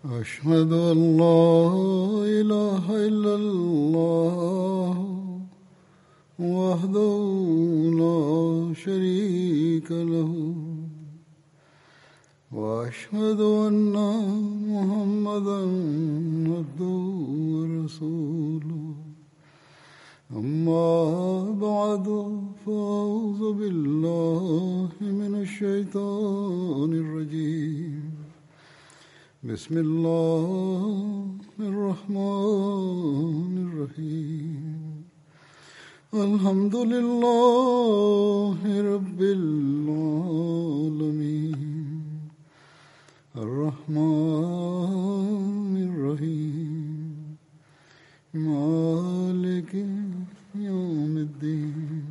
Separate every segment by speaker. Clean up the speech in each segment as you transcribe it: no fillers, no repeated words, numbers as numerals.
Speaker 1: أشهد أن لا إله إلا الله وحده لا شريك له وأشهد أن محمدا عبده ورسوله أما بعد فأعوذ بالله من الشيطان الرجيم بسم الله الرحمن الرحيم الحمد لله رب العالمين الرحمن الرحيم مالك يوم الدين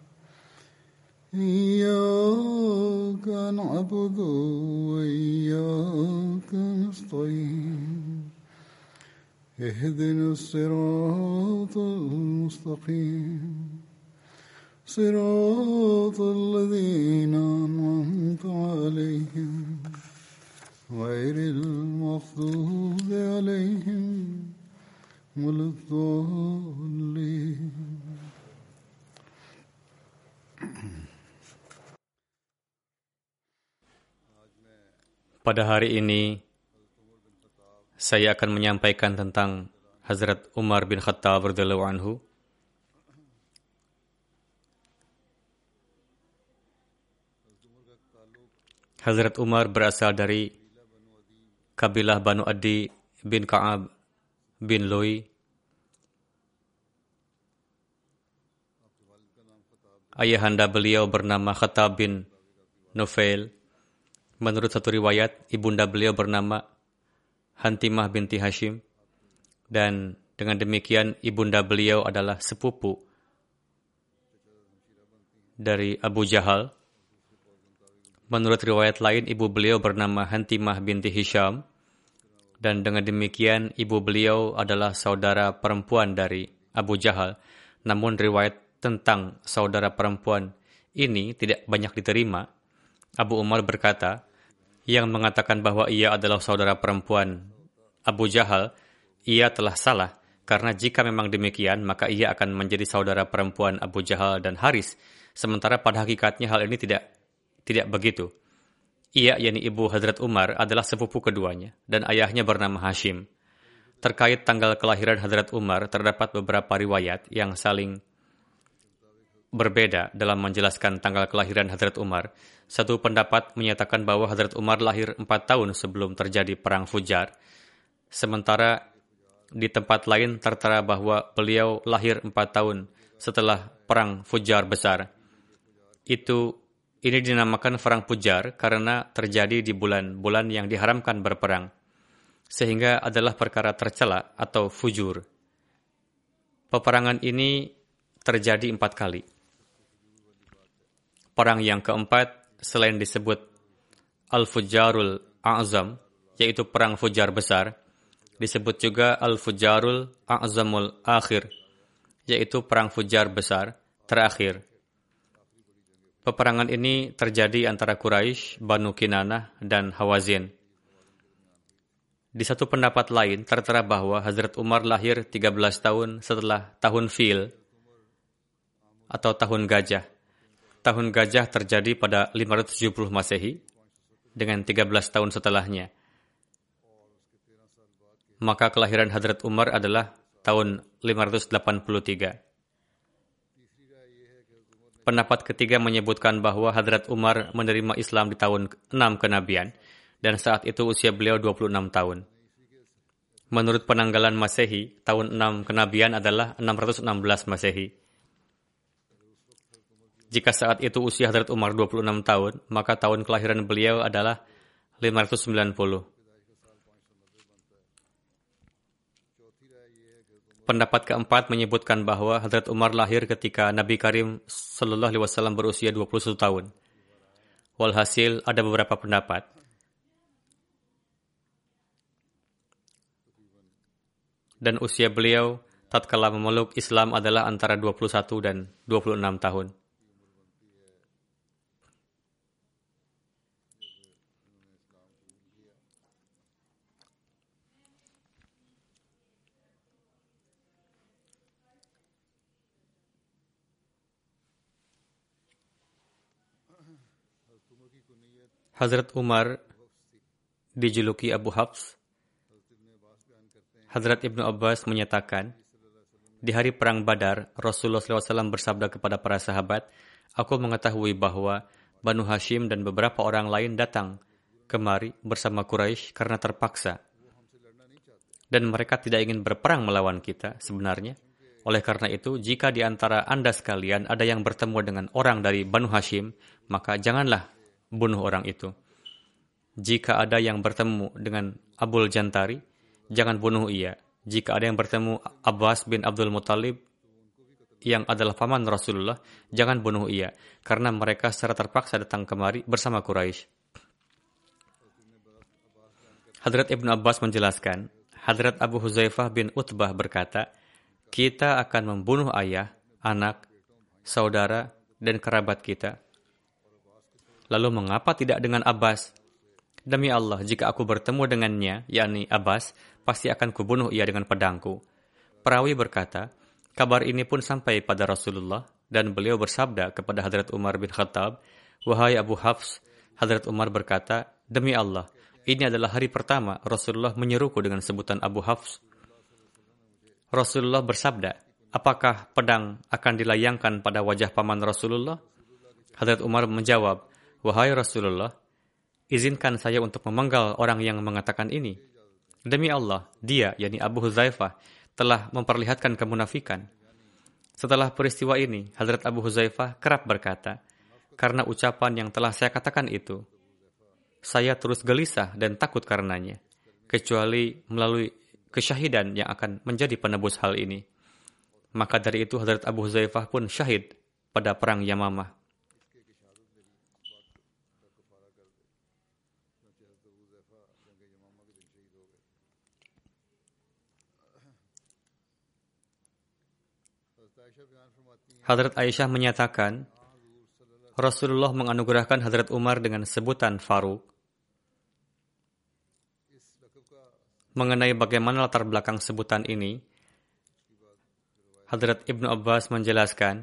Speaker 1: إياك نعبد وإياك نستعين اهدنا الصراط المستقيم صراط الذين أنعمت عليهم غير المغضوب عليهم ولا الضالين.
Speaker 2: Pada hari ini, saya akan menyampaikan tentang Hazrat Umar bin Khattab radhiyallahu anhu. Hazrat Umar berasal dari kabilah Banu Adi bin Ka'ab bin Lu'ay. Ayahanda beliau bernama Khattab bin Nufail. Menurut satu riwayat, ibunda beliau bernama Hantimah binti Hashim. Dan dengan demikian, ibunda beliau adalah sepupu dari Abu Jahal. Menurut riwayat lain, ibu beliau bernama Hantimah binti Hisham. Dan dengan demikian, ibu beliau adalah saudara perempuan dari Abu Jahal. Namun riwayat tentang saudara perempuan ini tidak banyak diterima. Abu Umar berkata, yang mengatakan bahwa ia adalah saudara perempuan Abu Jahal, ia telah salah, karena jika memang demikian, maka ia akan menjadi saudara perempuan Abu Jahal dan Haris, sementara pada hakikatnya hal ini tidak begitu. Ia, yakni ibu Hazrat Umar, adalah sepupu keduanya, dan ayahnya bernama Hashim. Terkait tanggal kelahiran Hazrat Umar, terdapat beberapa riwayat yang saling berbeda dalam menjelaskan tanggal kelahiran Hazrat Umar. Satu pendapat menyatakan bahwa Hazrat Umar lahir 4 tahun sebelum terjadi Perang Fujar. Sementara di tempat lain tertera bahwa beliau lahir 4 tahun setelah Perang Fujar besar. Ini dinamakan Perang Fujar karena terjadi di bulan-bulan yang diharamkan berperang. Sehingga adalah perkara tercela atau fujur. Peperangan ini terjadi 4 kali. Perang yang keempat, selain disebut Al-Fujarul A'zam, yaitu Perang Fujar Besar, disebut juga Al-Fujarul A'zamul Akhir, yaitu Perang Fujar Besar terakhir. Peperangan ini terjadi antara Quraisy, Banu Kinanah, dan Hawazin. Di satu pendapat lain, tertera bahwa Hazrat Umar lahir 13 tahun setelah tahun Fil, atau tahun gajah. Tahun gajah terjadi pada 570 Masehi, dengan 13 tahun setelahnya. Maka kelahiran Hazrat Umar adalah tahun 583. Pendapat ketiga menyebutkan bahwa Hazrat Umar menerima Islam di tahun 6 kenabian, dan saat itu usia beliau 26 tahun. Menurut penanggalan Masehi, tahun 6 kenabian adalah 616 Masehi. Jika saat itu usia Hazrat Umar 26 tahun, maka tahun kelahiran beliau adalah 590. Pendapat keempat menyebutkan bahwa Hazrat Umar lahir ketika Nabi Karim Sallallahu Alaihi Wasallam berusia 21 tahun. Walhasil, ada beberapa pendapat. Dan usia beliau tatkala memeluk Islam adalah antara 21 dan 26 tahun. Hazrat Umar dijuluki Abu Hafs. Hazrat Ibnu Abbas menyatakan, di hari perang Badar, Rasulullah SAW bersabda kepada para sahabat, "Aku mengetahui bahwa Banu Hashim dan beberapa orang lain datang kemari bersama Quraisy karena terpaksa. Dan mereka tidak ingin berperang melawan kita sebenarnya. Oleh karena itu, jika di antara Anda sekalian ada yang bertemu dengan orang dari Banu Hashim, maka janganlah bunuh orang itu. Jika ada yang bertemu dengan Abul Jantari, jangan bunuh ia. Jika ada yang bertemu Abbas bin Abdul Muttalib, yang adalah paman Rasulullah, jangan bunuh ia, karena mereka secara terpaksa datang kemari bersama Quraisy." Hadrat Ibnu Abbas menjelaskan, Hadrat Abu Huzaifah bin Utbah berkata, "Kita akan membunuh ayah, anak, saudara, dan kerabat kita. Lalu mengapa tidak dengan Abbas? Demi Allah, jika aku bertemu dengannya, yakni Abbas, pasti akan kubunuh ia dengan pedangku." Perawi berkata, kabar ini pun sampai pada Rasulullah, dan beliau bersabda kepada Hadrat Umar bin Khattab, "Wahai Abu Hafs," Hadrat Umar berkata, "Demi Allah, ini adalah hari pertama Rasulullah menyeruku dengan sebutan Abu Hafs." Rasulullah bersabda, "Apakah pedang akan dilayangkan pada wajah paman Rasulullah?" Hadrat Umar menjawab, "Wahai Rasulullah, izinkan saya untuk memenggal orang yang mengatakan ini. Demi Allah, dia, yakni Abu Huzaifah, telah memperlihatkan kemunafikan." Setelah peristiwa ini, Hadrat Abu Huzaifah kerap berkata, "Karena ucapan yang telah saya katakan itu, saya terus gelisah dan takut karenanya, kecuali melalui kesyahidan yang akan menjadi penebus hal ini." Maka dari itu Hadrat Abu Huzaifah pun syahid pada perang Yamamah. Hadrat Aisyah menyatakan, Rasulullah menganugerahkan Hadrat Umar dengan sebutan Faruq. Mengenai bagaimana latar belakang sebutan ini, Hadrat Ibnu Abbas menjelaskan,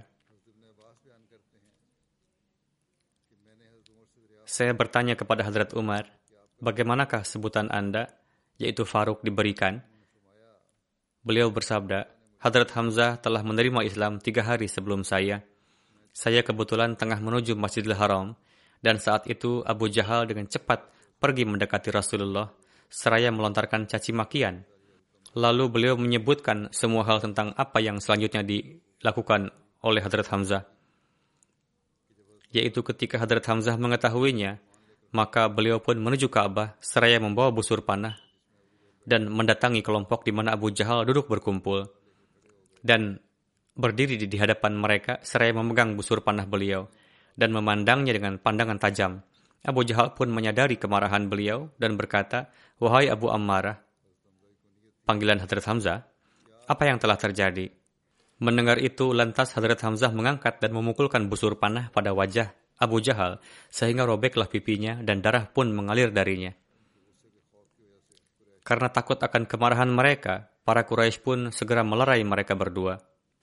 Speaker 2: "Saya bertanya kepada Hadrat Umar, bagaimanakah sebutan Anda, yaitu Faruq, diberikan?" Beliau bersabda, "Hadrat Hamzah telah menerima Islam 3 hari sebelum saya. Saya kebetulan tengah menuju Masjidil Haram, dan saat itu Abu Jahal dengan cepat pergi mendekati Rasulullah, seraya melontarkan caci makian. Lalu beliau menyebutkan semua hal tentang apa yang selanjutnya dilakukan oleh Hadrat Hamzah. Yaitu ketika Hadrat Hamzah mengetahuinya, maka beliau pun menuju Ka'bah seraya membawa busur panah dan mendatangi kelompok di mana Abu Jahal duduk berkumpul dan berdiri di hadapan mereka seraya memegang busur panah beliau dan memandangnya dengan pandangan tajam. Abu Jahal pun menyadari kemarahan beliau dan berkata, "Wahai Abu Ammarah," panggilan Hadrat Hamzah, "apa yang telah terjadi?" Mendengar itu, lantas Hadrat Hamzah mengangkat dan memukulkan busur panah pada wajah Abu Jahal sehingga robeklah pipinya dan darah pun mengalir darinya. Karena takut akan kemarahan mereka, para Quraisy pun segera melerai mereka berdua.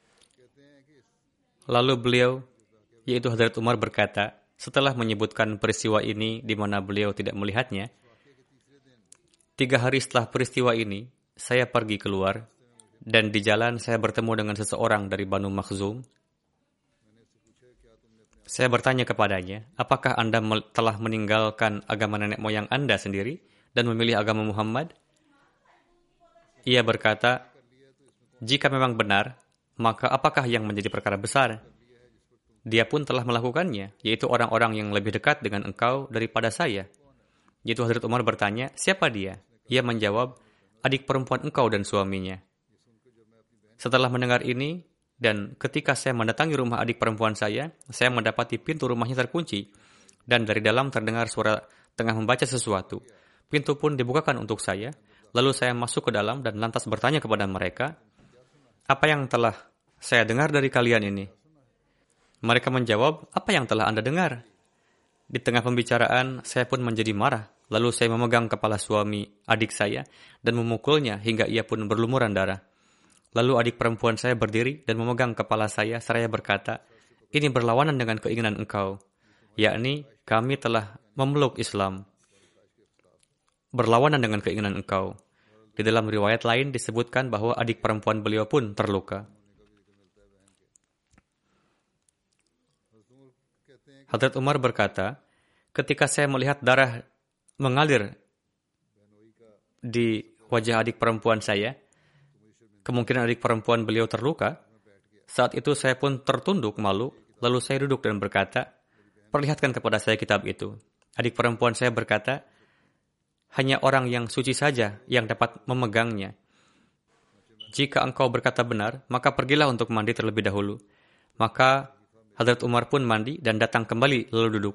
Speaker 2: Lalu beliau, yaitu Hadrat Umar, berkata, setelah menyebutkan peristiwa ini di mana beliau tidak melihatnya, 3 hari setelah peristiwa ini, saya pergi keluar, dan di jalan saya bertemu dengan seseorang dari Banu Makhzum. Saya bertanya kepadanya, "Apakah Anda telah meninggalkan agama nenek moyang Anda sendiri dan memilih agama Muhammad?" Ia berkata, "Jika memang benar, maka apakah yang menjadi perkara besar? Dia pun telah melakukannya, yaitu orang-orang yang lebih dekat dengan engkau daripada saya." Yaitu Hadrat Umar bertanya, "Siapa dia?" Ia menjawab, "Adik perempuan engkau dan suaminya." Setelah mendengar ini, dan ketika saya mendatangi rumah adik perempuan saya mendapati pintu rumahnya terkunci, dan dari dalam terdengar suara tengah membaca sesuatu. Pintu pun dibukakan untuk saya, lalu saya masuk ke dalam dan lantas bertanya kepada mereka, "Apa yang telah saya dengar dari kalian ini?" Mereka menjawab, "Apa yang telah Anda dengar?" Di tengah pembicaraan, saya pun menjadi marah. Lalu saya memegang kepala suami adik saya dan memukulnya hingga ia pun berlumuran darah. Lalu adik perempuan saya berdiri dan memegang kepala saya seraya berkata, "Ini berlawanan dengan keinginan engkau." yakni kami telah memeluk Islam, berlawanan dengan keinginan engkau. Di dalam riwayat lain disebutkan bahwa adik perempuan beliau pun terluka. Hadrat Umar berkata, ketika saya melihat darah mengalir di wajah adik perempuan saya, kemungkinan adik perempuan beliau terluka, saat itu saya pun tertunduk malu, lalu saya duduk dan berkata, perlihatkan kepada saya kitab itu. Adik perempuan saya berkata, hanya orang yang suci saja yang dapat memegangnya. Jika engkau berkata benar, maka pergilah untuk mandi terlebih dahulu. Maka Hadrat Umar pun mandi dan datang kembali lalu duduk.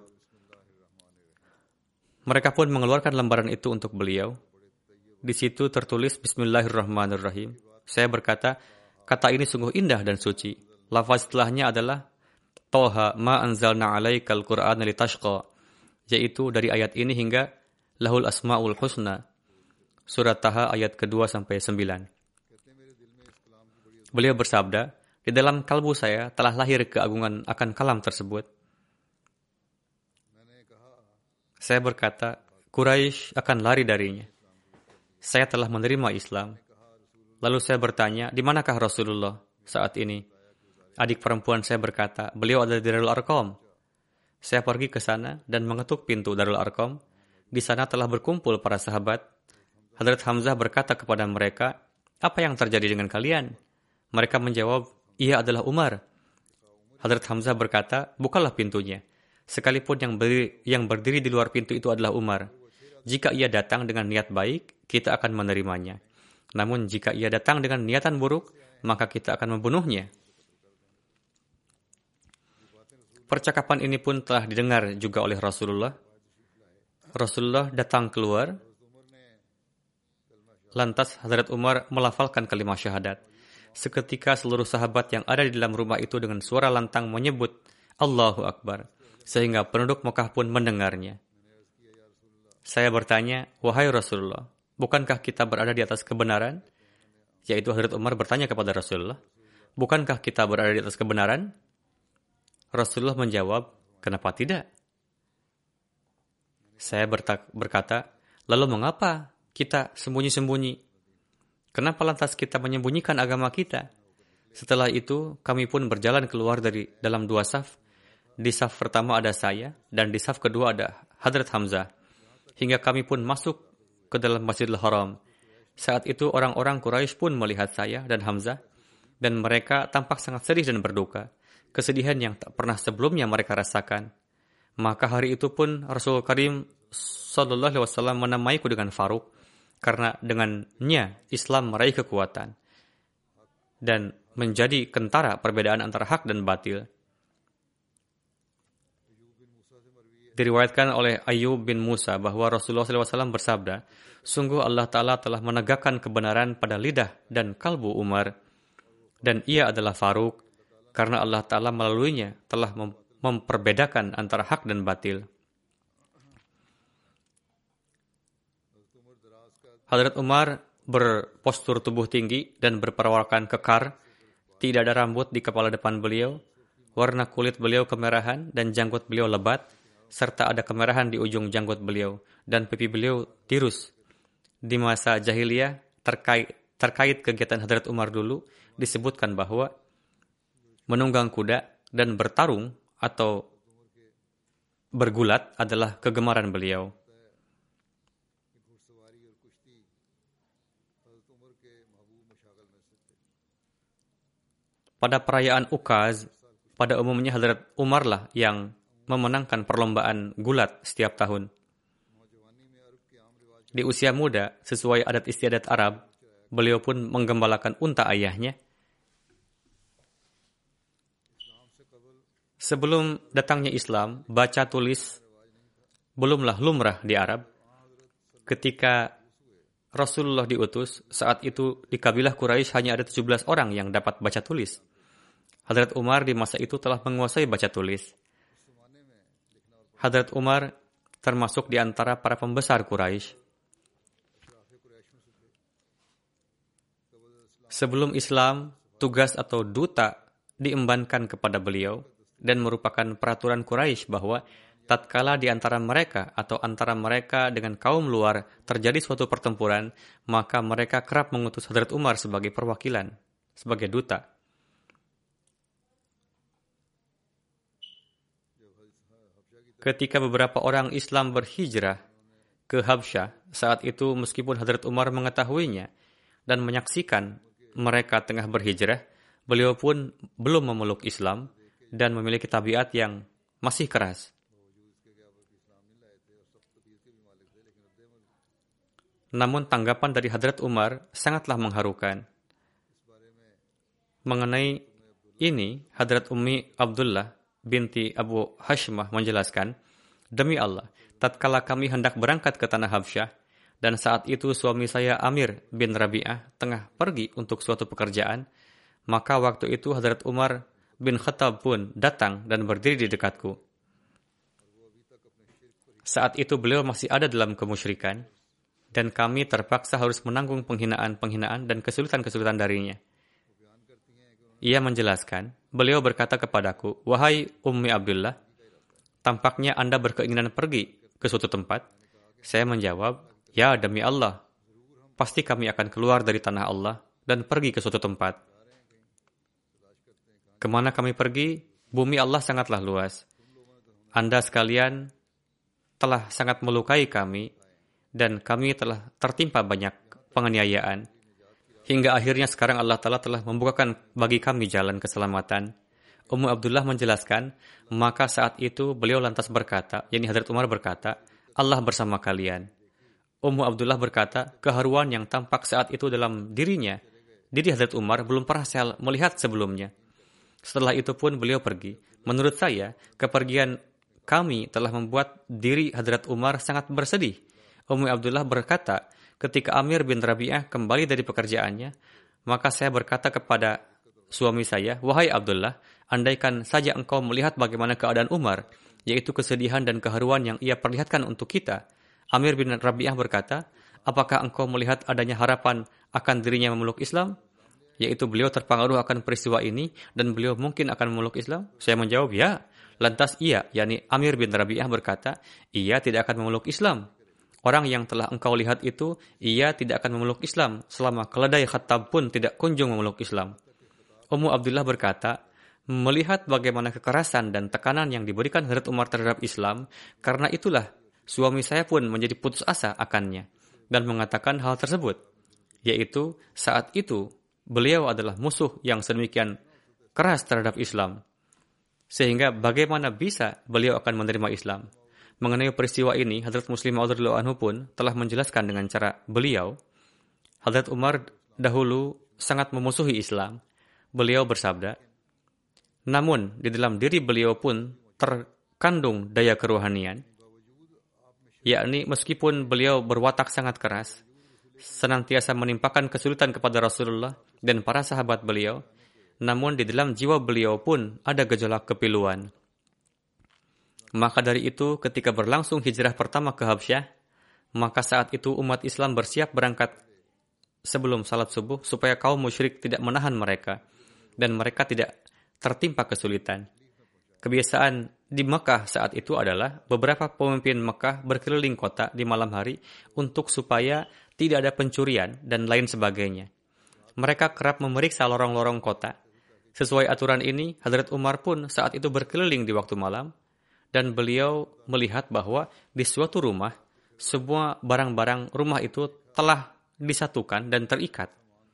Speaker 2: Mereka pun mengeluarkan lembaran itu untuk beliau. Di situ tertulis Bismillahirrahmanirrahim. Saya berkata, kata ini sungguh indah dan suci. Lafaz setelahnya adalah Toha ma anzalna alaikal Qur'ana litashqa, yaitu dari ayat ini hingga Lahul Asma'ul Husna. Surat Taha ayat kedua sampai 9. Beliau bersabda, di dalam kalbu saya telah lahir keagungan akan kalam tersebut. Saya berkata, Quraisy akan lari darinya. Saya telah menerima Islam. Lalu saya bertanya, di manakah Rasulullah saat ini? Adik perempuan saya berkata, beliau ada di Darul Arqam. Saya pergi ke sana dan mengetuk pintu Darul Arqam. Di sana telah berkumpul para sahabat. Hadrat Hamzah berkata kepada mereka, apa yang terjadi dengan kalian? Mereka menjawab, ia adalah Umar. Hadrat Hamzah berkata, bukalah pintunya. Sekalipun yang berdiri di luar pintu itu adalah Umar. Jika ia datang dengan niat baik, kita akan menerimanya. Namun jika ia datang dengan niatan buruk, maka kita akan membunuhnya. Percakapan ini pun telah didengar juga oleh Rasulullah. Rasulullah datang keluar. Lantas Hadrat Umar melafalkan kalimat syahadat. Seketika seluruh sahabat yang ada di dalam rumah itu dengan suara lantang menyebut Allahu Akbar. Sehingga penduduk Mekah pun mendengarnya. Saya bertanya, wahai Rasulullah, bukankah kita berada di atas kebenaran? Yaitu Hadrat Umar bertanya kepada Rasulullah, bukankah kita berada di atas kebenaran? Rasulullah menjawab, kenapa tidak? Saya berkata, lalu mengapa kita sembunyi-sembunyi? Kenapa lantas kita menyembunyikan agama kita? Setelah itu, kami pun berjalan keluar dari dalam dua saf. Di saf pertama ada saya, dan di saf kedua ada Hadrat Hamzah. Hingga kami pun masuk ke dalam Masjidil Haram. Saat itu orang-orang Quraisy pun melihat saya dan Hamzah, dan mereka tampak sangat sedih dan berduka. Kesedihan yang tak pernah sebelumnya mereka rasakan. Maka hari itu pun Rasul Karim Sallallahu Alaihi Wasallam menamaiku dengan Faruq, karena dengannya Islam meraih kekuatan dan menjadi kentara perbedaan antara hak dan batil. Diriwayatkan oleh Ayyub bin Musa bahwa Rasulullah SAW bersabda, sungguh Allah Ta'ala telah menegakkan kebenaran pada lidah dan kalbu Umar, dan ia adalah Faruq, karena Allah Ta'ala melaluinya telah memperbedakan antara hak dan batil. Hadrat Umar berpostur tubuh tinggi dan berperawakan kekar, tidak ada rambut di kepala depan beliau, warna kulit beliau kemerahan dan janggut beliau lebat, serta ada kemerahan di ujung janggut beliau, dan pipi beliau tirus. Di masa jahiliyah, terkait kegiatan Hadrat Umar dulu, disebutkan bahwa menunggang kuda dan bertarung atau bergulat adalah kegemaran beliau. Pada perayaan Ukaz, pada umumnya Hadrat Umar lah yang memenangkan perlombaan gulat setiap tahun. Di usia muda, sesuai adat istiadat Arab, beliau pun menggembalakan unta ayahnya. Sebelum datangnya Islam, baca tulis belumlah lumrah di Arab. Ketika Rasulullah diutus, saat itu di kabilah Quraisy hanya ada 17 orang yang dapat baca tulis. Hadrat Umar di masa itu telah menguasai baca tulis. Hadrat Umar termasuk di antara para pembesar Quraisy. Sebelum Islam, tugas atau duta diembankan kepada beliau. dan merupakan peraturan Quraisy bahwa tatkala di antara mereka atau antara mereka dengan kaum luar terjadi suatu pertempuran, maka mereka kerap mengutus Hadrat Umar sebagai perwakilan, sebagai duta. Ketika beberapa orang Islam berhijrah ke Habsyah, saat itu meskipun Hadrat Umar mengetahuinya dan menyaksikan mereka tengah berhijrah, beliau pun belum memeluk Islam dan memiliki tabiat yang masih keras. Namun tanggapan dari Hadrat Umar sangatlah mengharukan. Mengenai ini, Hadrat Ummi Abdullah binti Abu Hashmah menjelaskan, demi Allah, tatkala kami hendak berangkat ke tanah Habsyah, dan saat itu suami saya Amir bin Rabi'ah tengah pergi untuk suatu pekerjaan, maka waktu itu Hadrat Umar bin Khattab pun datang dan berdiri di dekatku. Saat itu beliau masih ada dalam kemusyrikan, dan kami terpaksa harus menanggung penghinaan-penghinaan dan kesulitan-kesulitan darinya. Ia menjelaskan, beliau berkata kepadaku, wahai Ummi Abdullah, tampaknya Anda berkeinginan pergi ke suatu tempat. Saya menjawab, ya demi Allah, pasti kami akan keluar dari tanah Allah dan pergi ke suatu tempat. Kemana kami pergi? Bumi Allah sangatlah luas. Anda sekalian telah sangat melukai kami, dan kami telah tertimpa banyak penganiayaan. Hingga akhirnya sekarang Allah Ta'ala telah membukakan bagi kami jalan keselamatan. Ummu Abdullah menjelaskan, maka saat itu beliau lantas berkata, yakni Hadrat Umar berkata, Allah bersama kalian. Ummu Abdullah berkata, keharuan yang tampak saat itu dalam diri Hadrat Umar belum pernah saya melihat sebelumnya. Setelah itu pun beliau pergi. Menurut saya, kepergian kami telah membuat diri Hadrat Umar sangat bersedih. Ummu Abdullah berkata, ketika Amir bin Rabi'ah kembali dari pekerjaannya, maka saya berkata kepada suami saya, wahai Abdullah, andaikan saja engkau melihat bagaimana keadaan Umar, yaitu kesedihan dan keharuan yang ia perlihatkan untuk kita. Amir bin Rabi'ah berkata, apakah engkau melihat adanya harapan akan dirinya memeluk Islam? Yaitu beliau terpengaruh akan peristiwa ini dan beliau mungkin akan memeluk Islam? Saya menjawab, ya. Lantas ia, yakni Amir bin Rabi'ah berkata, ia tidak akan memeluk Islam. Orang yang telah engkau lihat itu, ia tidak akan memeluk Islam selama keledai Khattab pun tidak kunjung memeluk Islam. Ummu Abdullah berkata, melihat bagaimana kekerasan dan tekanan yang diberikan Hadrat Umar terhadap Islam, karena itulah suami saya pun menjadi putus asa akannya dan mengatakan hal tersebut, yaitu saat itu beliau adalah musuh yang sedemikian keras terhadap Islam, sehingga bagaimana bisa beliau akan menerima Islam. Mengenai peristiwa ini, Hadrat Muslim Maud radhiyallahu anhu pun telah menjelaskan dengan cara beliau. Hadrat Umar dahulu sangat memusuhi Islam. Beliau bersabda, namun di dalam diri beliau pun terkandung daya kerohanian, yakni meskipun beliau berwatak sangat keras, senantiasa menimpakan kesulitan kepada Rasulullah dan para sahabat beliau, namun di dalam jiwa beliau pun ada gejolak kepiluan. Maka dari itu, ketika berlangsung hijrah pertama ke Habsyah, maka saat itu umat Islam bersiap berangkat sebelum salat subuh supaya kaum musyrik tidak menahan mereka dan mereka tidak tertimpa kesulitan. Kebiasaan di Mekah saat itu adalah beberapa pemimpin Mekah berkeliling kota di malam hari untuk supaya tidak ada pencurian dan lain sebagainya. Mereka kerap memeriksa lorong-lorong kota. Sesuai aturan ini, Hadrat Umar pun saat itu berkeliling di waktu malam, dan beliau melihat bahwa di suatu rumah, semua barang-barang rumah itu telah disatukan dan terikat.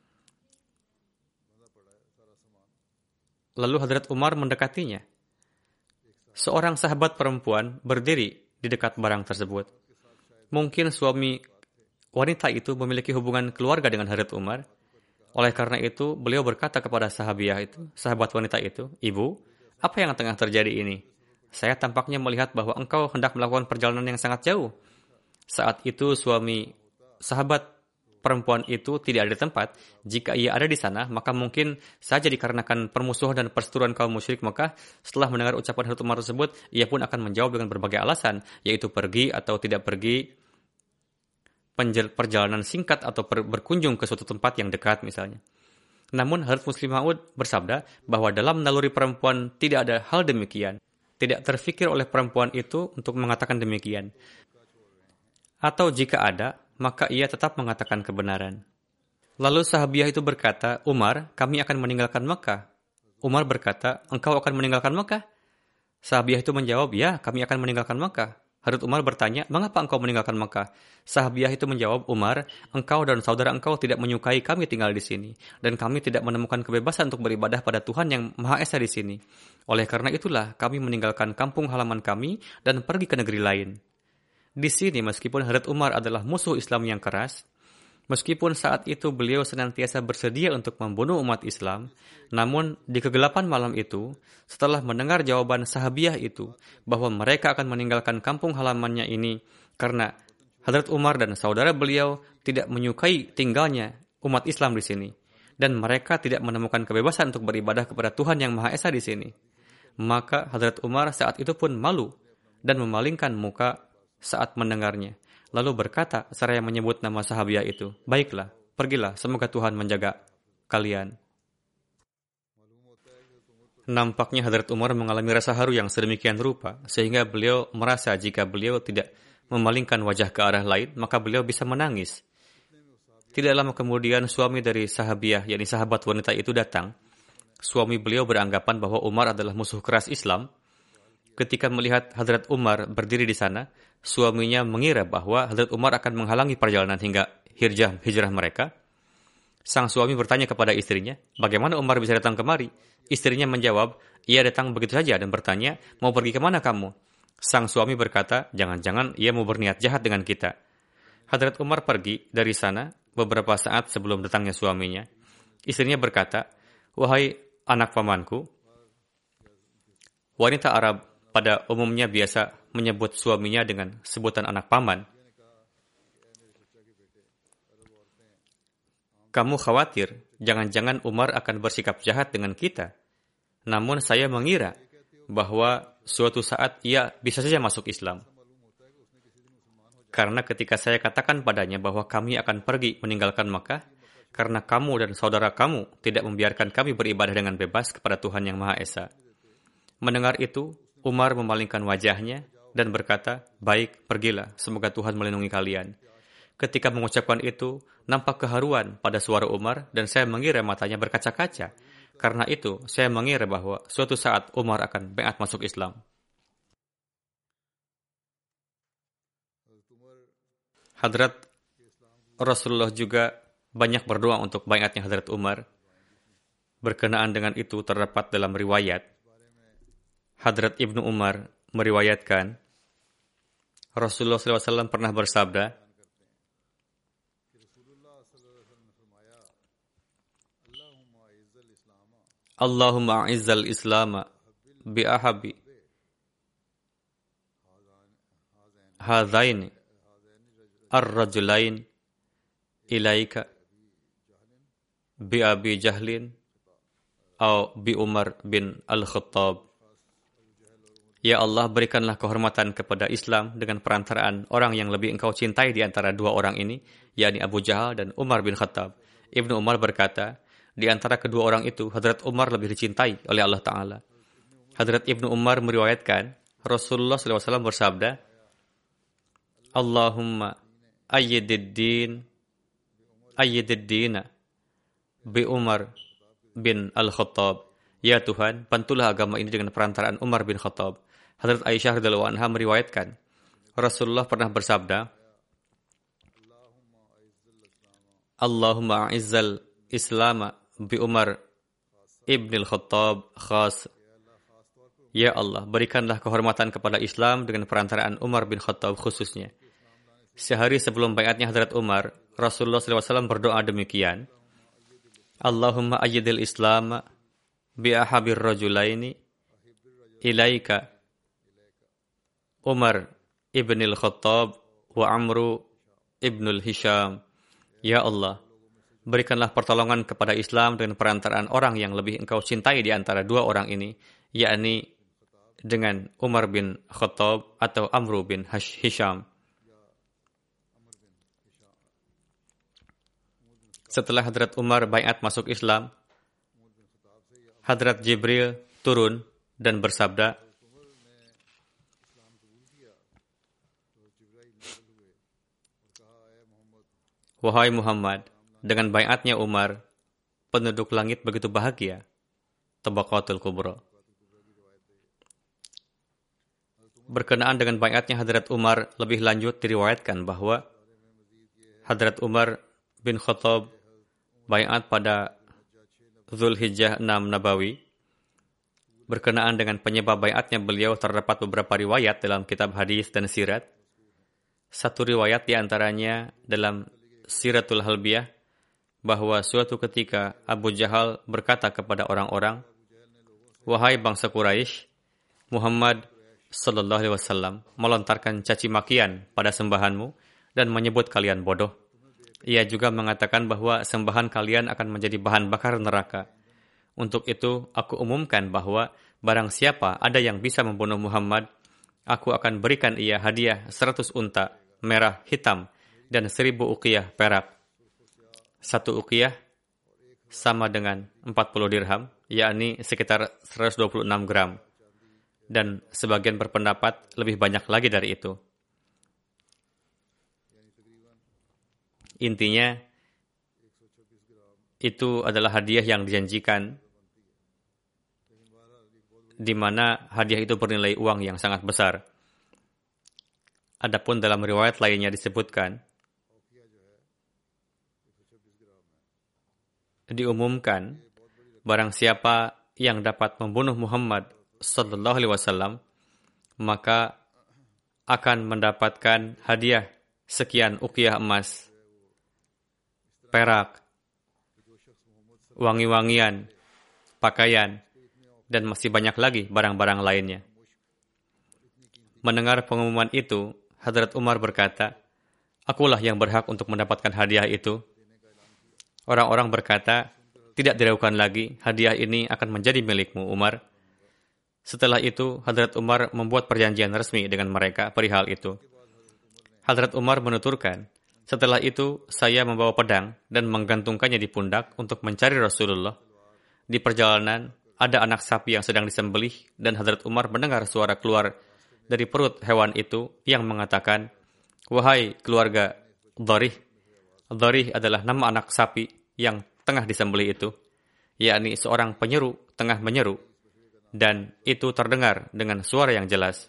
Speaker 2: Lalu Hadrat Umar mendekatinya. Seorang sahabat perempuan berdiri di dekat barang tersebut. Mungkin suami wanita itu memiliki hubungan keluarga dengan Hadrat Umar. Oleh karena itu, beliau berkata kepada sahabat wanita itu, Ibu, apa yang tengah terjadi ini? Saya tampaknya melihat bahwa engkau hendak melakukan perjalanan yang sangat jauh. Saat itu sahabat perempuan itu tidak ada di tempat. Jika ia ada di sana, maka mungkin saja dikarenakan permusuhan dan perseteruan kaum musyrik Mekah. Setelah mendengar ucapan Hadrat Umar tersebut, ia pun akan menjawab dengan berbagai alasan, yaitu pergi atau tidak pergi, perjalanan singkat atau berkunjung ke suatu tempat yang dekat misalnya. Namun Hazrat Muslim Maud bersabda bahwa dalam naluri perempuan tidak ada hal demikian. Tidak terfikir oleh perempuan itu untuk mengatakan demikian. Atau jika ada, maka ia tetap mengatakan kebenaran. Lalu sahabiah itu berkata, Umar, kami akan meninggalkan Mekah. Umar berkata, engkau akan meninggalkan Mekah? Sahabiah itu menjawab, ya, kami akan meninggalkan Mekah. Hazrat Umar bertanya, mengapa engkau meninggalkan Mekah? Sahabiah itu menjawab, Umar, engkau dan saudara engkau tidak menyukai kami tinggal di sini, dan kami tidak menemukan kebebasan untuk beribadah pada Tuhan yang Maha Esa di sini. Oleh karena itulah, kami meninggalkan kampung halaman kami dan pergi ke negeri lain. Di sini, meskipun Hazrat Umar adalah musuh Islam yang keras, meskipun saat itu beliau senantiasa bersedia untuk membunuh umat Islam, namun di kegelapan malam itu, setelah mendengar jawaban sahabiah itu, bahwa mereka akan meninggalkan kampung halamannya ini karena Hazrat Umar dan saudara beliau tidak menyukai tinggalnya umat Islam di sini, dan mereka tidak menemukan kebebasan untuk beribadah kepada Tuhan yang Maha Esa di sini. Maka Hazrat Umar saat itu pun malu dan memalingkan muka saat mendengarnya. Lalu berkata seraya menyebut nama sahabiah itu, baiklah, pergilah, semoga Tuhan menjaga kalian. Nampaknya Hazrat Umar mengalami rasa haru yang sedemikian rupa, sehingga beliau merasa jika beliau tidak memalingkan wajah ke arah lain, maka beliau bisa menangis. Tidak lama kemudian suami dari sahabiah, yakni sahabat wanita itu datang. Suami beliau beranggapan bahwa Umar adalah musuh keras Islam. Ketika melihat Hazrat Umar berdiri di sana, suaminya mengira bahwa Hazrat Umar akan menghalangi perjalanan hingga hijrah mereka. Sang suami bertanya kepada istrinya, bagaimana Umar bisa datang kemari? Istrinya menjawab, ia datang begitu saja dan bertanya, mau pergi kemana kamu? Sang suami berkata, jangan-jangan ia mau berniat jahat dengan kita. Hazrat Umar pergi dari sana beberapa saat sebelum datangnya suaminya. Istrinya berkata, wahai anak pamanku, wanita Arab pada umumnya biasa menyebut suaminya dengan sebutan anak paman. Kamu khawatir, jangan-jangan Umar akan bersikap jahat dengan kita. Namun saya mengira bahwa suatu saat ia bisa saja masuk Islam. Karena ketika saya katakan padanya bahwa kami akan pergi meninggalkan Makkah, karena kamu dan saudara kamu tidak membiarkan kami beribadah dengan bebas kepada Tuhan yang Maha Esa. Mendengar itu, Umar memalingkan wajahnya dan berkata, baik, pergilah, semoga Tuhan melindungi kalian. Ketika mengucapkan itu, nampak keharuan pada suara Umar dan saya mengira matanya berkaca-kaca. Karena itu, saya mengira bahwa suatu saat Umar akan baiat masuk Islam. Hadrat Rasulullah juga banyak berdoa untuk baiatnya Hadrat Umar. Berkenaan dengan itu terdapat dalam riwayat, Hadrat Ibnu Umar meriwayatkan, Rasulullah SAW pernah bersabda, Allahumma a'izzal islama bi'ahabi hadhaini ar-rajulain ilaika bi'abi jahlin atau bi Umar bin Al-Khattab. Ya Allah, berikanlah kehormatan kepada Islam dengan perantaraan orang yang lebih engkau cintai di antara dua orang ini, yakni Abu Jahal dan Umar bin Khattab. Ibnu Umar berkata, di antara kedua orang itu, Hadrat Umar lebih dicintai oleh Allah Ta'ala. Hadrat Ibnu Umar meriwayatkan, Rasulullah SAW bersabda, Allahumma ayyididdina bi Umar bin Al-Khattab. Ya Tuhan, bantulah agama ini dengan perantaraan Umar bin Khattab. Hadrat Aisyah radhiyallahu anha meriwayatkan, Rasulullah pernah bersabda, Allahumma a'izzal islama bi Umar ibn al-Khattab khas. Ya Allah, berikanlah kehormatan kepada Islam dengan perantaraan Umar bin Khattab khususnya. Sehari sebelum baiatnya Hadrat Umar, Rasulullah SAW berdoa demikian, Allahumma ayyidil Islam bi ahabir rajulaini ilaika Umar ibn al-Khattab wa Amru ibn al-Hisham. Ya Allah, berikanlah pertolongan kepada Islam dengan perantaraan orang yang lebih engkau cintai di antara dua orang ini, yakni dengan Umar bin Khattab atau Amru bin Hisham. Setelah Hadrat Umar baiat masuk Islam, Hadrat Jibril turun dan bersabda, "Wahai Muhammad, dengan baiatnya Umar, penduduk langit begitu bahagia." Tabaqatul Kubra. Berkenaan dengan baiatnya Hadrat Umar, lebih lanjut diriwayatkan bahwa Hadrat Umar bin Khattab baiat pada Zulhijjah 6 Nabawi. Berkenaan dengan penyebab baiatnya beliau terdapat beberapa riwayat dalam kitab hadis dan sirat. Satu riwayat diantaranya dalam Siratul Halbiyah bahwa suatu ketika Abu Jahal berkata kepada orang-orang, "Wahai bangsa Quraisy, Muhammad sallallahu alaihi wasallam melontarkan caci makian pada sembahanmu dan menyebut kalian bodoh. Ia juga mengatakan bahwa sembahan kalian akan menjadi bahan bakar neraka. Untuk itu, aku umumkan bahwa barang siapa ada yang bisa membunuh Muhammad, aku akan berikan ia hadiah 100 unta, merah, hitam, dan 1000 uqiyah perak. 1 uqiyah sama dengan 40 dirham, yakni sekitar 126 gram. Dan sebagian berpendapat lebih banyak lagi dari itu. Intinya, itu adalah hadiah yang dijanjikan, di mana hadiah itu bernilai uang yang sangat besar. Adapun dalam riwayat lainnya disebutkan, diumumkan, barang siapa yang dapat membunuh Muhammad sallallahu alaihi wasallam, maka akan mendapatkan hadiah sekian uqiyah emas, perak, wangi-wangian, pakaian, dan masih banyak lagi barang-barang lainnya. Mendengar pengumuman itu, Hadrat Umar berkata, "Akulah yang berhak untuk mendapatkan hadiah itu." Orang-orang berkata, "Tidak diragukan lagi, hadiah ini akan menjadi milikmu, Umar." Setelah itu, Hadrat Umar membuat perjanjian resmi dengan mereka perihal itu. Hadrat Umar menuturkan, "Setelah itu, saya membawa pedang dan menggantungkannya di pundak untuk mencari Rasulullah. Di perjalanan, ada anak sapi yang sedang disembelih dan Hadrat Umar mendengar suara keluar dari perut hewan itu yang mengatakan, 'Wahai keluarga Dharih.' Dharih adalah nama anak sapi yang tengah disembelih itu, yakni seorang penyeru tengah menyeru, dan itu terdengar dengan suara yang jelas.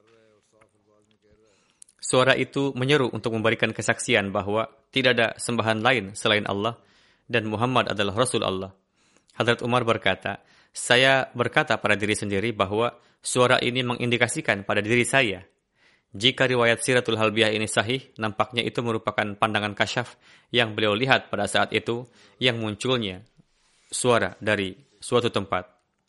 Speaker 2: Suara itu menyeru untuk memberikan kesaksian bahwa tidak ada sembahan lain selain Allah dan Muhammad adalah Rasul Allah." Hadrat Umar berkata, "Saya berkata pada diri sendiri bahwa suara ini mengindikasikan pada diri saya. Jika riwayat Siratul Halbiyah ini sahih, nampaknya itu merupakan pandangan kasyaf yang beliau lihat pada saat itu yang munculnya suara dari suatu tempat."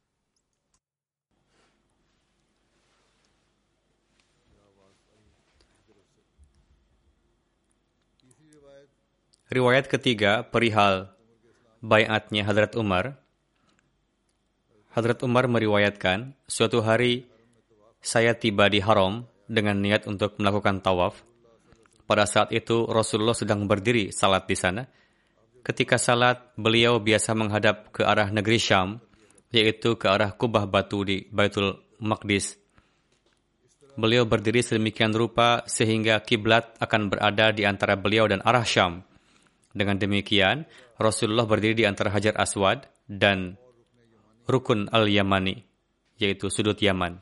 Speaker 2: Riwayat ketiga perihal baiatnya Hadrat Umar. Hadrat Umar meriwayatkan, suatu hari saya tiba di haram dengan niat untuk melakukan tawaf. Pada saat itu Rasulullah sedang berdiri salat di sana. Ketika salat, beliau biasa menghadap ke arah negeri Syam, yaitu ke arah kubah batu di Baitul Maqdis. Beliau berdiri sedemikian rupa sehingga kiblat akan berada di antara beliau dan arah Syam. Dengan demikian, Rasulullah berdiri di antara Hajar Aswad dan Rukun Al-Yamani, yaitu sudut Yaman.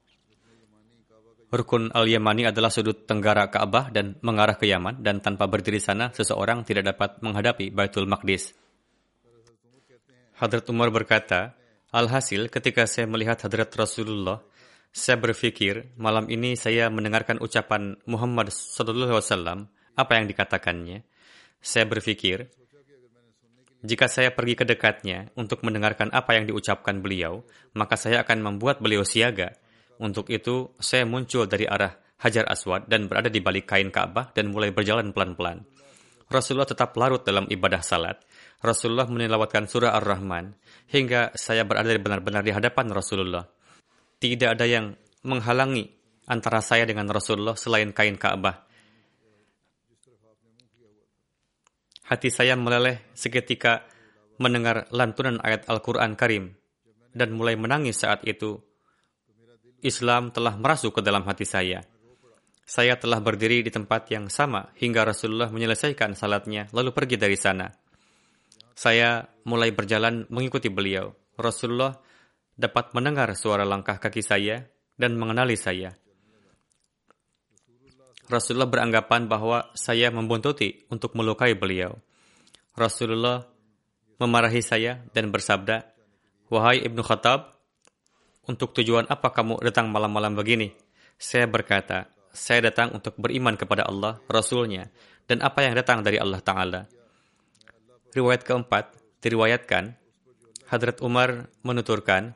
Speaker 2: Rukun Al-Yamani adalah sudut tenggara Ka'bah dan mengarah ke Yaman, dan tanpa berdiri sana, seseorang tidak dapat menghadapi Baitul Maqdis. Hadrat Umar berkata, "Alhasil, ketika saya melihat Hadrat Rasulullah, saya berpikir, malam ini saya mendengarkan ucapan Muhammad SAW, apa yang dikatakannya. Saya berpikir, jika saya pergi ke dekatnya untuk mendengarkan apa yang diucapkan beliau, maka saya akan membuat beliau siaga. Untuk itu, saya muncul dari arah Hajar Aswad dan berada di balik kain Ka'bah dan mulai berjalan pelan-pelan. Rasulullah tetap larut dalam ibadah salat. Rasulullah menilawatkan surah Ar-Rahman, hingga saya berada benar-benar di hadapan Rasulullah. Tidak ada yang menghalangi antara saya dengan Rasulullah selain kain Ka'bah. Hati saya meleleh seketika mendengar lantunan ayat Al-Quran Karim dan mulai menangis saat itu. Islam telah merasuk ke dalam hati saya. Saya telah berdiri di tempat yang sama hingga Rasulullah menyelesaikan salatnya lalu pergi dari sana. Saya mulai berjalan mengikuti beliau. Rasulullah dapat mendengar suara langkah kaki saya dan mengenali saya. Rasulullah beranggapan bahwa saya membuntuti untuk melukai beliau. Rasulullah memarahi saya dan bersabda, "Wahai Ibnu Khattab, untuk tujuan apa kamu datang malam-malam begini?" Saya berkata, "Saya datang untuk beriman kepada Allah, Rasul-Nya, dan apa yang datang dari Allah Ta'ala." Riwayat keempat, diriwayatkan, Hadrat Umar menuturkan,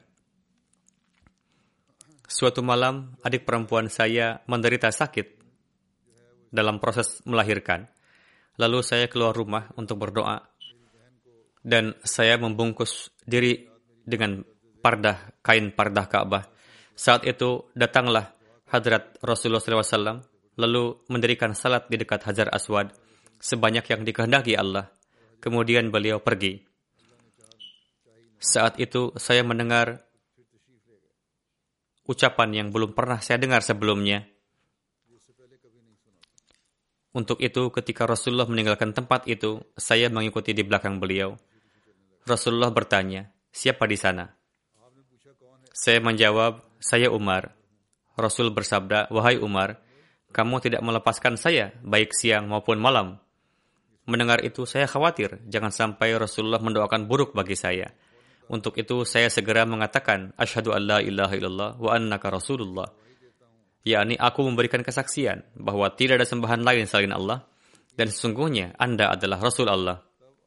Speaker 2: suatu malam adik perempuan saya menderita sakit dalam proses melahirkan. Lalu saya keluar rumah untuk berdoa. Dan saya membungkus diri dengan kain pardah Ka'bah. Saat itu datanglah Hadrat Rasulullah SAW, lalu mendirikan salat di dekat Hajar Aswad, sebanyak yang dikehendaki Allah. Kemudian beliau pergi. Saat itu saya mendengar ucapan yang belum pernah saya dengar sebelumnya. Untuk itu, ketika Rasulullah meninggalkan tempat itu, saya mengikuti di belakang beliau. Rasulullah bertanya, "Siapa di sana?" Saya menjawab, "Saya Umar." Rasul bersabda, "Wahai Umar, kamu tidak melepaskan saya, baik siang maupun malam." Mendengar itu, saya khawatir, jangan sampai Rasulullah mendoakan buruk bagi saya. Untuk itu, saya segera mengatakan, "Asyhadu an la ilaha illallah wa annaka Rasulullah." yakni aku memberikan kesaksian bahwa tidak ada sembahan lain selain Allah dan sesungguhnya Anda adalah Rasul Allah.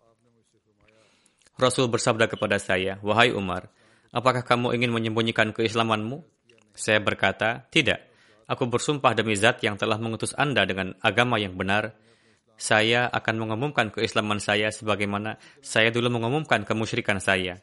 Speaker 2: Rasul bersabda kepada saya, "Wahai Umar, apakah kamu ingin menyembunyikan keislamanmu?" Saya berkata, "Tidak. Aku bersumpah demi Zat yang telah mengutus Anda dengan agama yang benar. Saya akan mengumumkan keislaman saya sebagaimana saya dulu mengumumkan kemusyrikan saya."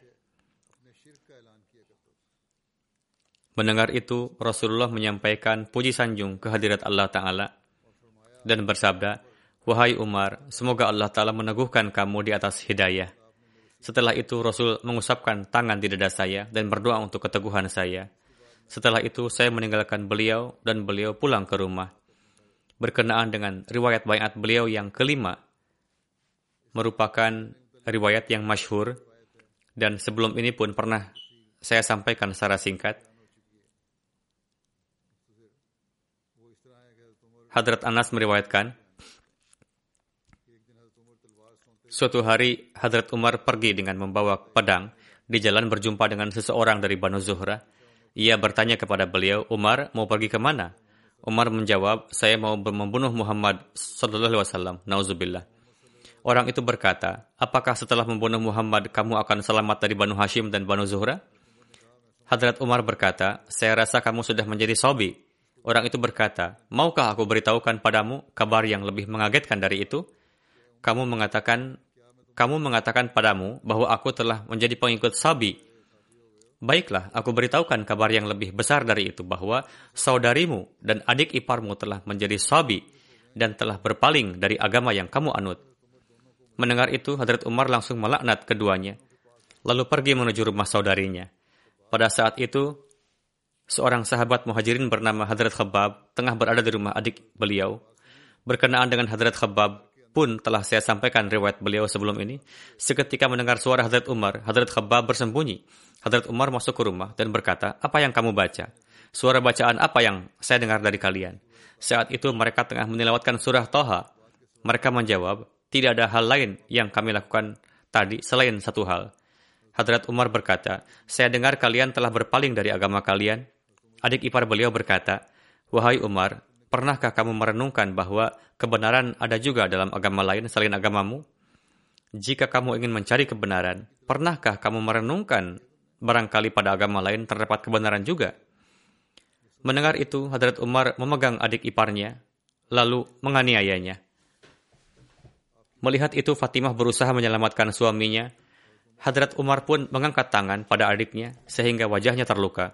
Speaker 2: Mendengar itu, Rasulullah menyampaikan puji sanjung ke hadirat Allah Ta'ala dan bersabda, "Wahai Umar, semoga Allah Ta'ala meneguhkan kamu di atas hidayah." Setelah itu, Rasul mengusapkan tangan di dada saya dan berdoa untuk keteguhan saya. Setelah itu, saya meninggalkan beliau dan beliau pulang ke rumah. Berkenaan dengan riwayat baiat beliau yang kelima, merupakan riwayat yang masyhur dan sebelum ini pun pernah saya sampaikan secara singkat. Hadrat Anas meriwayatkan, suatu hari Hadrat Umar pergi dengan membawa pedang. Di jalan berjumpa dengan seseorang dari Banu Zuhra. Ia bertanya kepada beliau, "Umar, mau pergi ke mana?" Umar menjawab, "Saya mau membunuh Muhammad sallallahu alaihi wasallam." Nauzubillah. Orang itu berkata, "Apakah setelah membunuh Muhammad kamu akan selamat dari Banu Hashim dan Banu Zuhra?" Hadrat Umar berkata, "Saya rasa kamu sudah menjadi sobi." Orang itu berkata, "Maukah aku beritahukan padamu kabar yang lebih mengagetkan dari itu? Kamu mengatakan padamu bahwa aku telah menjadi pengikut Sabi. Baiklah, aku beritahukan kabar yang lebih besar dari itu, bahwa saudarimu dan adik iparmu telah menjadi Sabi dan telah berpaling dari agama yang kamu anut." Mendengar itu, Hadrat Umar langsung melaknat keduanya, lalu pergi menuju rumah saudarinya. Pada saat itu, seorang sahabat muhajirin bernama Hadrat Khabbab tengah berada di rumah adik beliau. Berkenaan dengan Hadrat Khabbab pun telah saya sampaikan riwayat beliau sebelum ini. Seketika mendengar suara Hadrat Umar, Hadrat Khabbab bersembunyi. Hadrat Umar masuk ke rumah dan berkata, "Apa yang kamu baca? Suara bacaan apa yang saya dengar dari kalian?" Saat itu mereka tengah menilawatkan surah Thaha. Mereka menjawab, "Tidak ada hal lain yang kami lakukan tadi selain satu hal." Hadrat Umar berkata, "Saya dengar kalian telah berpaling dari agama kalian." Adik ipar beliau berkata, "Wahai Umar, pernahkah kamu merenungkan bahwa kebenaran ada juga dalam agama lain selain agamamu? Jika kamu ingin mencari kebenaran, pernahkah kamu merenungkan barangkali pada agama lain terdapat kebenaran juga?" Mendengar itu, Hadrat Umar memegang adik iparnya, lalu menganiayanya. Melihat itu, Fatimah berusaha menyelamatkan suaminya. Hadrat Umar pun mengangkat tangan pada adiknya, sehingga wajahnya terluka.